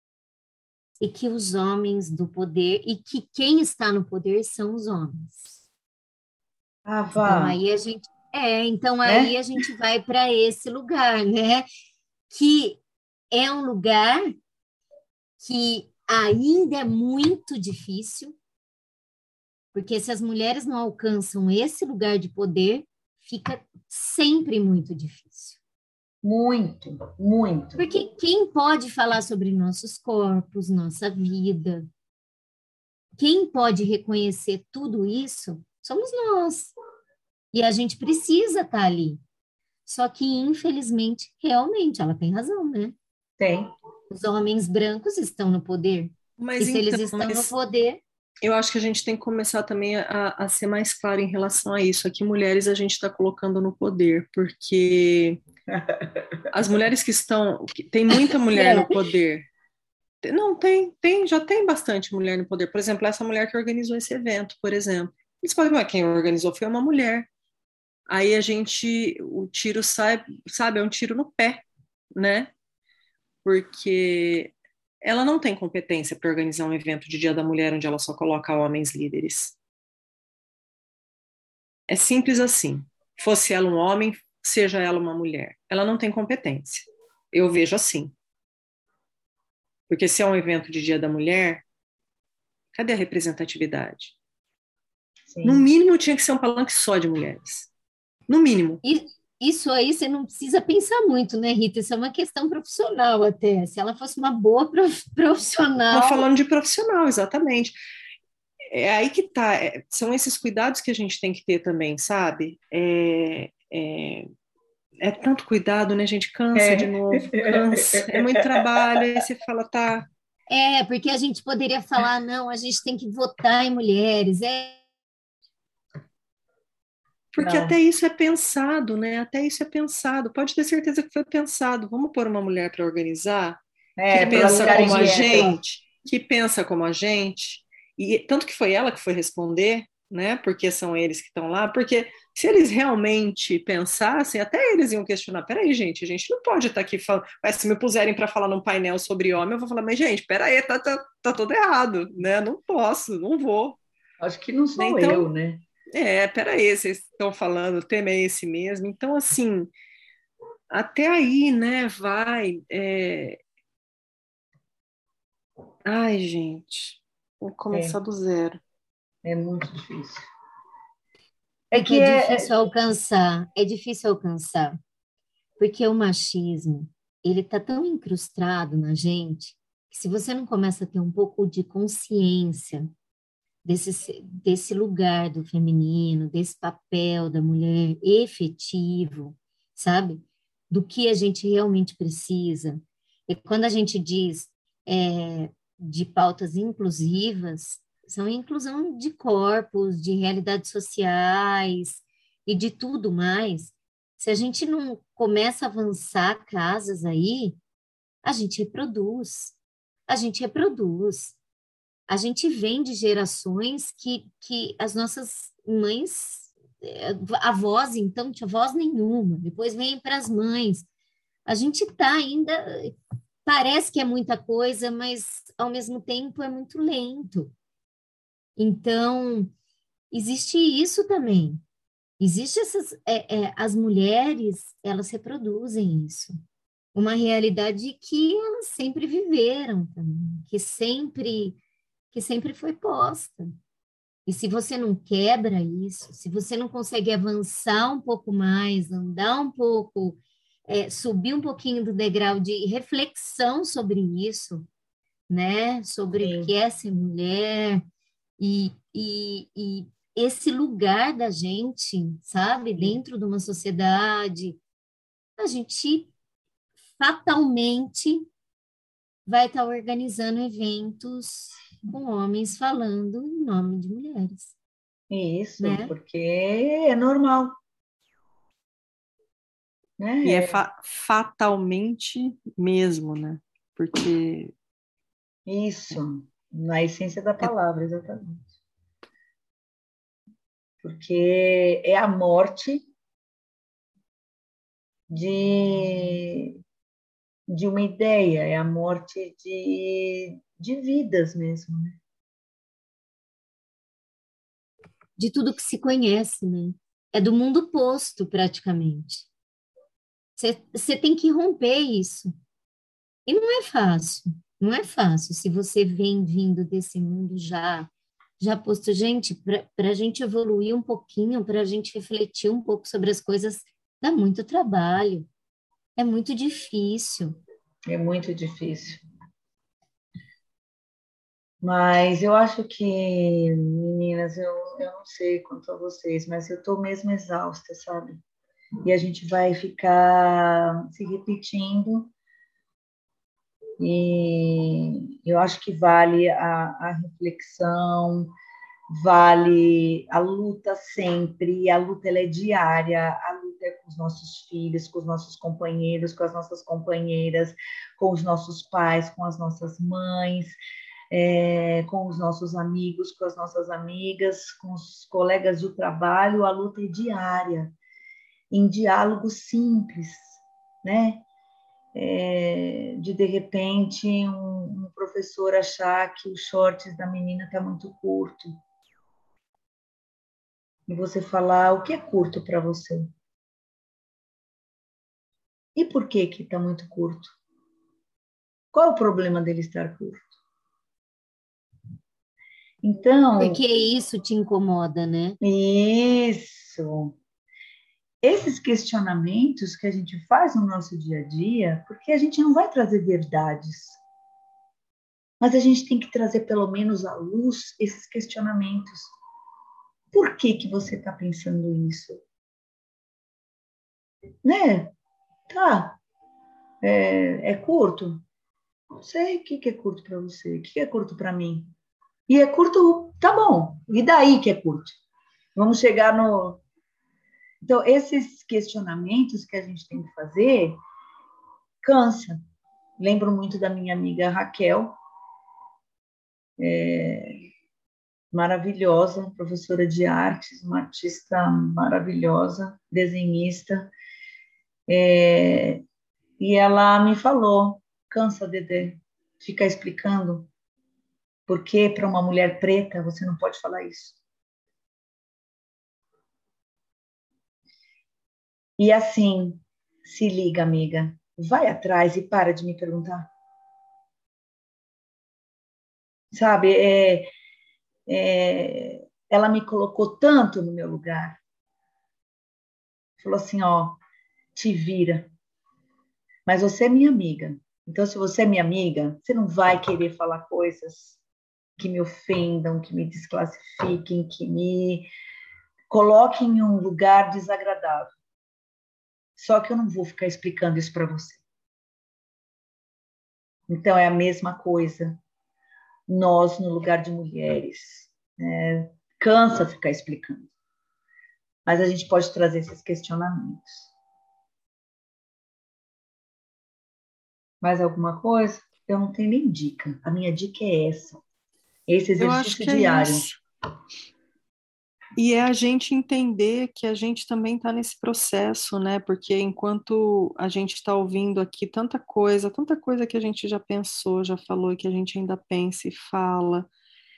E que os homens do poder, e que quem está no poder são os homens. Ah, vá. Então aí a gente, é, então né? aí a gente vai para esse lugar, né? Que é um lugar que ainda é muito difícil, porque se as mulheres não alcançam esse lugar de poder, fica sempre muito difícil. Muito, muito. Porque quem pode falar sobre nossos corpos, nossa vida, quem pode reconhecer tudo isso, somos nós. E a gente precisa estar ali. Só que, infelizmente, realmente, ela tem razão, né? Tem. Os homens brancos estão no poder. Mas e se então, eles estão mas... no poder... Eu acho que a gente tem que começar também a, a ser mais claro em relação a isso. Aqui, mulheres, a gente está colocando no poder, porque as mulheres que estão... Tem muita mulher no poder. Não, tem, tem, já tem bastante mulher no poder. Por exemplo, essa mulher que organizou esse evento, por exemplo. Eles podem falar, quem organizou foi uma mulher. Aí a gente... O tiro sai, sabe, é um tiro no pé, né? Porque... ela não tem competência para organizar um evento de Dia da Mulher onde ela só coloca homens líderes. É simples assim. Fosse ela um homem, seja ela uma mulher. Ela não tem competência. Eu vejo assim. Porque se é um evento de Dia da Mulher, cadê a representatividade? Sim. No mínimo tinha que ser um palanque só de mulheres. No mínimo. E... Isso aí você não precisa pensar muito, né, Rita? Isso é uma questão profissional até. Se ela fosse uma boa profissional... Mas falando de profissional, exatamente. É aí que tá. É, são esses cuidados que a gente tem que ter também, sabe? É, é, é tanto cuidado, né, gente? Cansa é. de novo, cansa. É muito trabalho, aí você fala, tá... É, porque a gente poderia falar, não, a gente tem que votar em mulheres, é... Porque Não. até isso é pensado, né? Até isso é pensado. Pode ter certeza que foi pensado. Vamos pôr uma mulher para organizar é, que pensa como a gente, que pensa como a gente. E tanto que foi ela que foi responder, né? Porque são eles que estão lá. Porque se eles realmente pensassem, até eles iam questionar. Peraí, gente, a gente não pode estar aqui falando. Mas se me puserem para falar num painel sobre homem, eu vou falar, mas gente, peraí, tá, tá, tá tudo errado, né? Não posso, não vou. Acho que não sou então, eu, né? É, peraí, vocês estão falando, o tema é esse mesmo. Então, assim, até aí, né, vai... É... Ai, gente, vou começar é. do zero. É muito difícil. É que é difícil é... alcançar, é difícil alcançar, porque o machismo, ele tá tão incrustado na gente, que se você não começa a ter um pouco de consciência Desse, desse lugar do feminino, desse papel da mulher efetivo, sabe? Do que a gente realmente precisa. E quando a gente diz é, de pautas inclusivas, são inclusão de corpos, de realidades sociais e de tudo mais, Se a gente não começa a avançar casas aí, a gente reproduz. A gente reproduz. A gente vem de gerações que, que as nossas mães, avós, então, não tinha voz nenhuma. Depois vem para as mães. A gente está ainda... Parece que é muita coisa, mas, ao mesmo tempo, é muito lento. Então, existe isso também. Existe essas... É, é, as mulheres, elas reproduzem isso. Uma realidade que elas sempre viveram também, que sempre, que sempre foi posta. E se você não quebra isso, se você não consegue avançar um pouco mais, andar um pouco... É, subir um pouquinho do degrau de reflexão sobre isso, né? Sobre Sim. o que é ser mulher e, e, e esse lugar da gente, sabe? Sim. Dentro de uma sociedade, a gente fatalmente vai estar organizando eventos com homens falando em nome de mulheres. Isso, né? Porque é normal. Né? E é fa fatalmente mesmo, né? Porque... Isso, na essência da palavra, exatamente. Porque é a morte de, de uma ideia, é a morte de, de vidas mesmo, né? De tudo que se conhece, né? É do mundo posto, praticamente. Você tem que romper isso. E não é fácil, não é fácil. Se você vem vindo desse mundo já, já posto, gente, para a gente evoluir um pouquinho, para a gente refletir um pouco sobre as coisas, dá muito trabalho. É muito difícil. É muito difícil. Mas eu acho que, meninas, eu, eu não sei quanto a vocês, mas eu estou mesmo exausta, sabe? E a gente vai ficar se repetindo, e eu acho que vale a, a reflexão, vale a luta sempre, a luta ela é diária, a luta é com os nossos filhos, com os nossos companheiros, com as nossas companheiras, com os nossos pais, com as nossas mães, é, com os nossos amigos, com as nossas amigas, com os colegas do trabalho, a luta é diária. Em diálogo simples, né? É, de, de repente, um, um professor achar que os shorts da menina está muito curto. E você falar, o que é curto para você? E por que que está muito curto? Qual é o problema dele estar curto? Então... Porque isso te incomoda, né? Isso... Esses questionamentos que a gente faz no nosso dia a dia, porque a gente não vai trazer verdades, mas a gente tem que trazer pelo menos à luz esses questionamentos. Por que que você está pensando isso? Né? Tá. É, é curto? Não sei o que que é curto para você, o que que é curto para mim. E é curto, tá bom. E daí que é curto? Vamos chegar no... Então, esses questionamentos que a gente tem que fazer, cansa. Lembro muito da minha amiga Raquel, é, maravilhosa, professora de artes, uma artista maravilhosa, desenhista, é, e ela me falou, cansa, Dedé, ficar explicando por que para uma mulher preta você não pode falar isso. E assim, se liga, amiga, vai atrás e para de me perguntar. Sabe, é, é, ela me colocou tanto no meu lugar. Falou assim, ó, te vira. Mas você é minha amiga. Então, se você é minha amiga, você não vai querer falar coisas que me ofendam, que me desclassifiquem, que me coloquem em um lugar desagradável. Só que eu não vou ficar explicando isso para você. Então, é a mesma coisa. Nós, no lugar de mulheres, é, cansa ficar explicando. Mas a gente pode trazer esses questionamentos. Mais alguma coisa? Eu não tenho nem dica. A minha dica é essa. Esse Eu acho exercício que é diário. isso. E é a gente entender que a gente também está nesse processo, né? Porque enquanto a gente está ouvindo aqui tanta coisa, tanta coisa que a gente já pensou, já falou e que a gente ainda pensa e fala,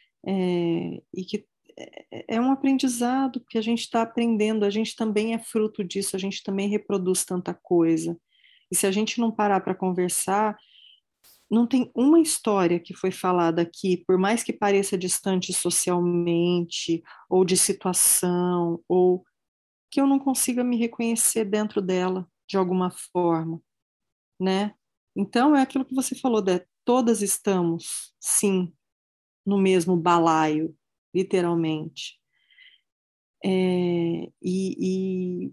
é, e que é, é um aprendizado, porque a gente está aprendendo, a gente também é fruto disso, a gente também reproduz tanta coisa. E se a gente não parar para conversar, não tem uma história que foi falada aqui, por mais que pareça distante socialmente, ou de situação, ou que eu não consiga me reconhecer dentro dela, de alguma forma, né? Então, é aquilo que você falou, Dé, todas estamos, sim, no mesmo balaio, literalmente. É, e, e,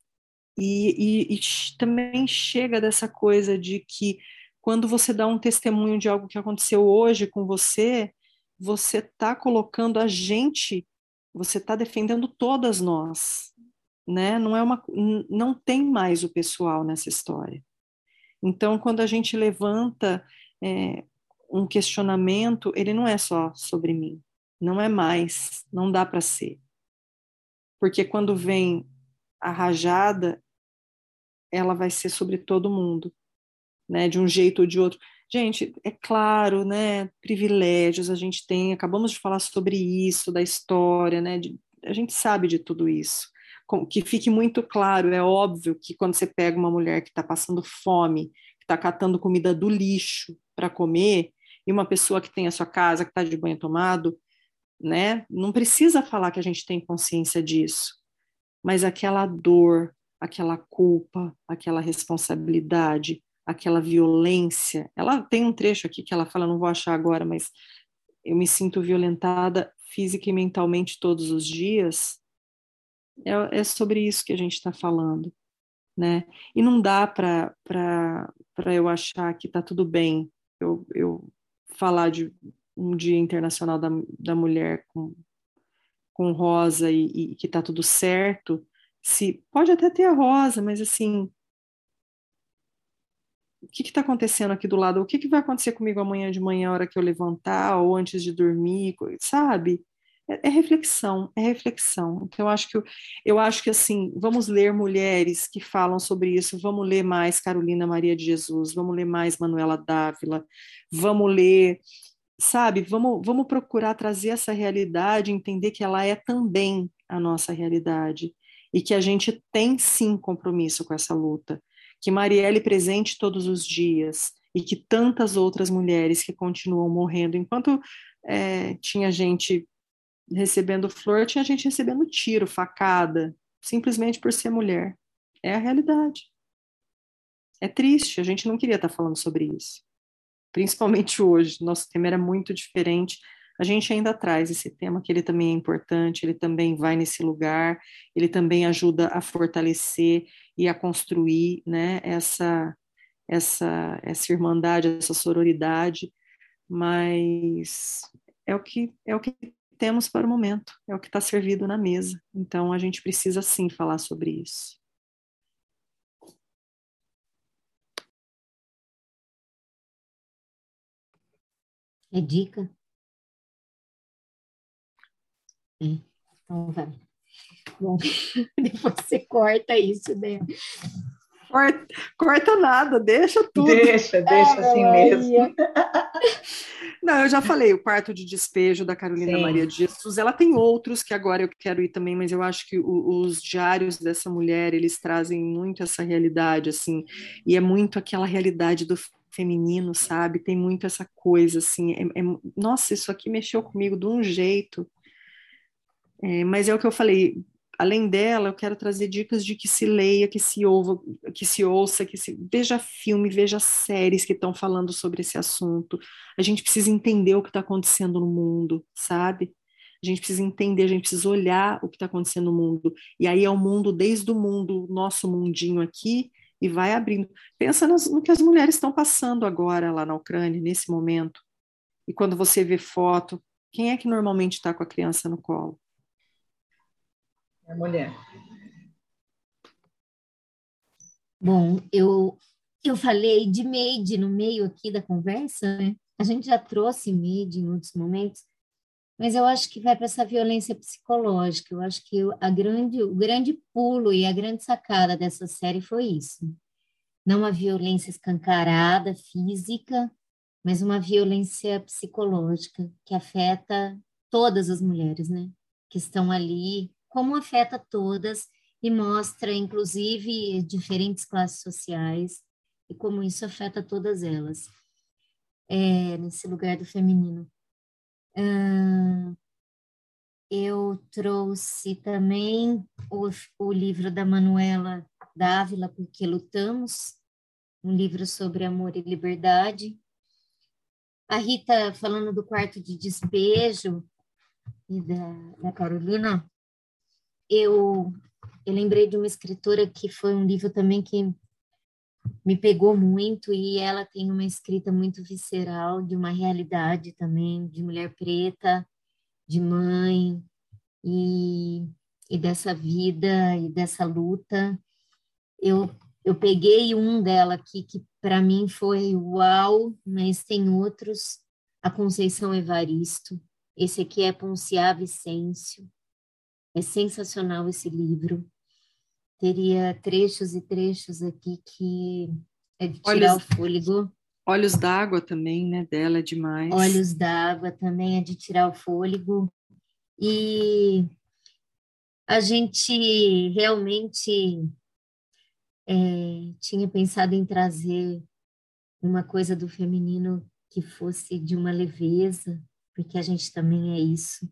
e, e, e também chega dessa coisa de que quando você dá um testemunho de algo que aconteceu hoje com você, você está colocando a gente, você está defendendo todas nós, né? Não é uma, não tem mais o pessoal nessa história. Então, quando a gente levanta é, um questionamento, ele não é só sobre mim, não é mais, não dá para ser. Porque quando vem a rajada, ela vai ser sobre todo mundo, né, de um jeito ou de outro. Gente, é claro, né, privilégios a gente tem, acabamos de falar sobre isso, da história, né, de, a gente sabe de tudo isso. Com, que fique muito claro, é óbvio que quando você pega uma mulher que está passando fome, que está catando comida do lixo para comer, e uma pessoa que tem a sua casa, que está de banho tomado, né, não precisa falar que a gente tem consciência disso, mas aquela dor, aquela culpa, aquela responsabilidade, aquela violência. Ela tem um trecho aqui que ela fala, não vou achar agora, mas eu me sinto violentada física e mentalmente todos os dias. É, é sobre isso que a gente está falando, né? E não dá para para eu achar que está tudo bem eu, eu falar de um Dia Internacional da, da Mulher com, com rosa e, e que está tudo certo. Se, pode até ter a rosa, mas assim, o que está acontecendo aqui do lado? O que, que vai acontecer comigo amanhã de manhã, a hora que eu levantar, ou antes de dormir, sabe? É, é reflexão, é reflexão. Então, eu acho que, eu, eu acho que, assim, vamos ler mulheres que falam sobre isso, vamos ler mais Carolina Maria de Jesus, vamos ler mais Manuela Dávila, vamos ler, sabe? Vamos, vamos procurar trazer essa realidade, entender que ela é também a nossa realidade, e que a gente tem, sim, compromisso com essa luta. Que Marielle presente todos os dias e que tantas outras mulheres que continuam morrendo. Enquanto é, tinha gente recebendo flor, tinha gente recebendo tiro, facada, simplesmente por ser mulher. É a realidade. É triste, a gente não queria estar falando sobre isso. Principalmente hoje, nosso tema era muito diferente. A gente ainda traz esse tema, que ele também é importante, ele também vai nesse lugar, ele também ajuda a fortalecer e a construir, né, essa, essa, essa irmandade, essa sororidade, mas é o que, é o que temos para o momento, é o que está servido na mesa. Então, a gente precisa, sim, falar sobre isso. É dica? É, então vai. Bom, depois você corta isso, né? Corta, corta nada, deixa tudo. Deixa, deixa Ah, assim Maria. mesmo. Não, eu já falei, o quarto de despejo da Carolina Sim. Maria de Jesus, ela tem outros que agora eu quero ir também, mas eu acho que o, os diários dessa mulher, eles trazem muito essa realidade, assim, e é muito aquela realidade do feminino, sabe? Tem muito essa coisa, assim, é, é, nossa, isso aqui mexeu comigo de um jeito, é, mas é o que eu falei, além dela, eu quero trazer dicas de que se leia, que se ouva, que se ouça, que se veja filme, veja séries que estão falando sobre esse assunto. A gente precisa entender o que está acontecendo no mundo, sabe? A gente precisa entender, a gente precisa olhar o que está acontecendo no mundo. E aí é o mundo, desde o mundo, nosso mundinho aqui, e vai abrindo. Pensa no, no que as mulheres estão passando agora lá na Ucrânia, nesse momento. E quando você vê foto, quem é que normalmente está com a criança no colo? É mulher. Bom, eu eu falei de Made no meio aqui da conversa, né? A gente já trouxe Made em outros momentos, mas eu acho que vai para essa violência psicológica. Eu acho que a grande, o grande pulo e a grande sacada dessa série foi isso. Não a violência escancarada, física, mas uma violência psicológica que afeta todas as mulheres, né? Que estão ali, como afeta todas, e mostra, inclusive, diferentes classes sociais e como isso afeta todas elas, é, nesse lugar do feminino. Uh, eu trouxe também o, o livro da Manuela Dávila, Porque Lutamos, um livro sobre amor e liberdade. A Rita, falando do quarto de despejo, e da, da Carolina, eu, eu lembrei de uma escritora que foi um livro também que me pegou muito, e ela tem uma escrita muito visceral de uma realidade também, de mulher preta, de mãe, e, e dessa vida e dessa luta. Eu, eu peguei um dela aqui que para mim foi uau, mas tem outros, a Conceição Evaristo. Esse aqui é Ponciá Vicêncio. É sensacional esse livro. Teria trechos e trechos aqui que é de tirar Olhos, o fôlego. Olhos d'Água também, né? Dela é demais. Olhos d'Água também é de tirar o fôlego. E a gente realmente é, tinha pensado em trazer uma coisa do feminino que fosse de uma leveza, porque a gente também é isso.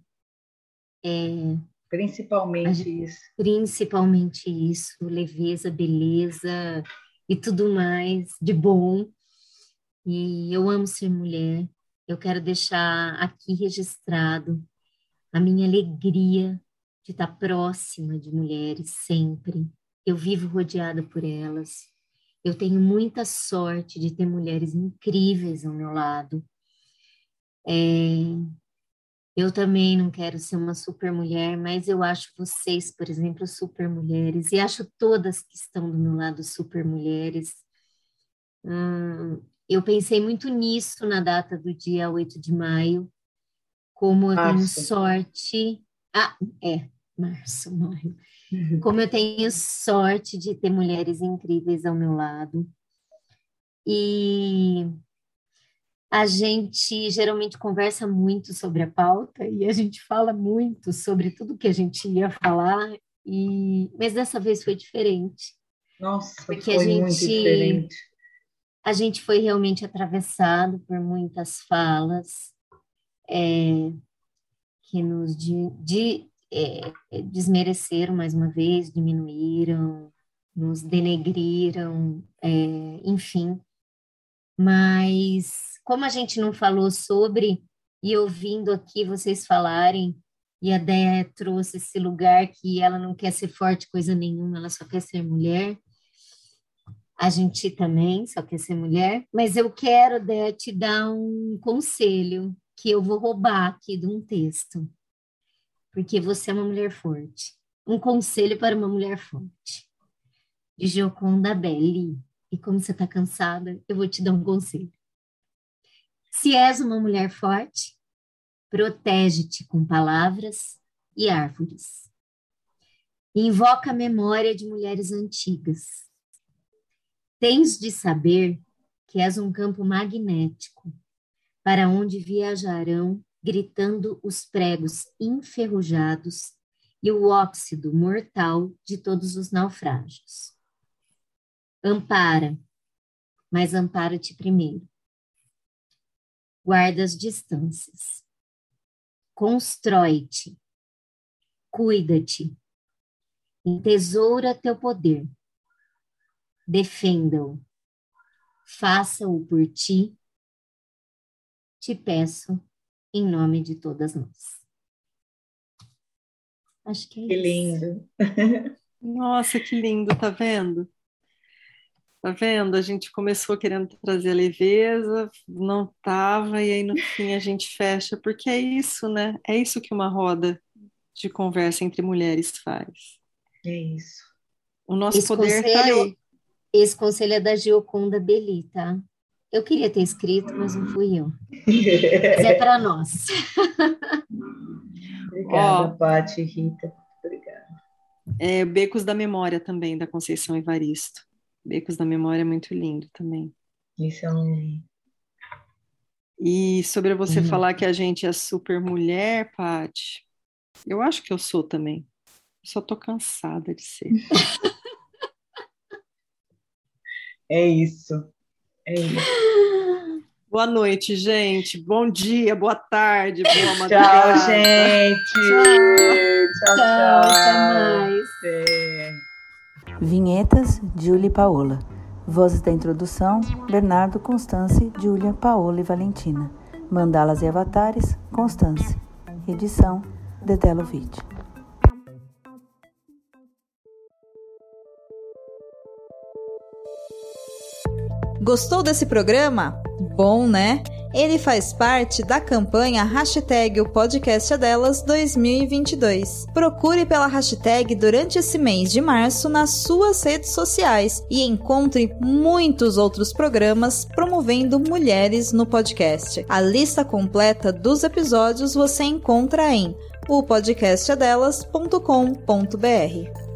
É, Principalmente gente, isso. Principalmente isso, leveza, beleza e tudo mais de bom. E eu amo ser mulher. Eu quero deixar aqui registrado a minha alegria de estar próxima de mulheres sempre. Eu vivo rodeada por elas. Eu tenho muita sorte de ter mulheres incríveis ao meu lado. É... Eu também não quero ser uma super mulher, mas eu acho vocês, por exemplo, super mulheres, e acho todas que estão do meu lado super mulheres. Hum, eu pensei muito nisso na data do dia oito de maio, como eu março. tenho sorte... Ah, é, março, maio. Uhum. Como eu tenho sorte de ter mulheres incríveis ao meu lado. E... a gente geralmente conversa muito sobre a pauta e a gente fala muito sobre tudo que a gente ia falar, e... mas dessa vez foi diferente. Nossa, porque foi a gente, muito diferente. A gente foi realmente atravessado por muitas falas é, que nos de, de, é, desmereceram mais uma vez, diminuíram, nos denegriram, é, enfim. Mas como a gente não falou sobre, e ouvindo aqui vocês falarem, e a Déia trouxe esse lugar que ela não quer ser forte coisa nenhuma, ela só quer ser mulher, a gente também só quer ser mulher, mas eu quero, Déia, te dar um conselho que eu vou roubar aqui de um texto, porque você é uma mulher forte. Um conselho para uma mulher forte, de Gioconda Belli. E como você está cansada, eu vou te dar um conselho. Se és uma mulher forte, protege-te com palavras e árvores. Invoca a memória de mulheres antigas. Tens de saber que és um campo magnético, para onde viajarão gritando os pregos enferrujados e o óxido mortal de todos os naufrágios. Ampara, mas ampara-te primeiro. Guarda as distâncias. Constrói-te. Cuida-te. Entesoura teu poder. Defenda-o. Faça-o por ti. Te peço, em nome de todas nós. Acho que é que isso. lindo. Nossa, que lindo, tá vendo? Tá vendo? A gente começou querendo trazer a leveza, não tava, e aí no fim a gente fecha, porque é isso, né? É isso que uma roda de conversa entre mulheres faz. É isso. O nosso Esse poder conselho, tá aí. Esse conselho é da Gioconda Belli, tá? Eu queria ter escrito, mas não fui eu. Mas é para nós. Obrigada, oh, Paty e Rita. Obrigada. É, Becos da Memória também, da Conceição Evaristo. Becos da Memória é muito lindo também. Isso é um... E sobre você uhum. falar que a gente é super mulher, Paty, eu acho que eu sou também. Só tô cansada de ser. É isso. É isso. Boa noite, gente. Bom dia, boa tarde, boa madrugada. Tchau, gente. Tchau, tchau. tchau. Até mais. É. Vinhetas, Júlia e Paola. Vozes da introdução, Bernardo, Constance, Júlia, Paola e Valentina. Mandalas e avatares, Constance. Edição, Dedé Lovitch. Gostou desse programa? Bom, né? Ele faz parte da campanha hashtag O Podcast é Delas dois mil e vinte e dois. Procure pela hashtag durante esse mês de março nas suas redes sociais e encontre muitos outros programas promovendo mulheres no podcast. A lista completa dos episódios você encontra em o podcast é delas ponto com ponto b r.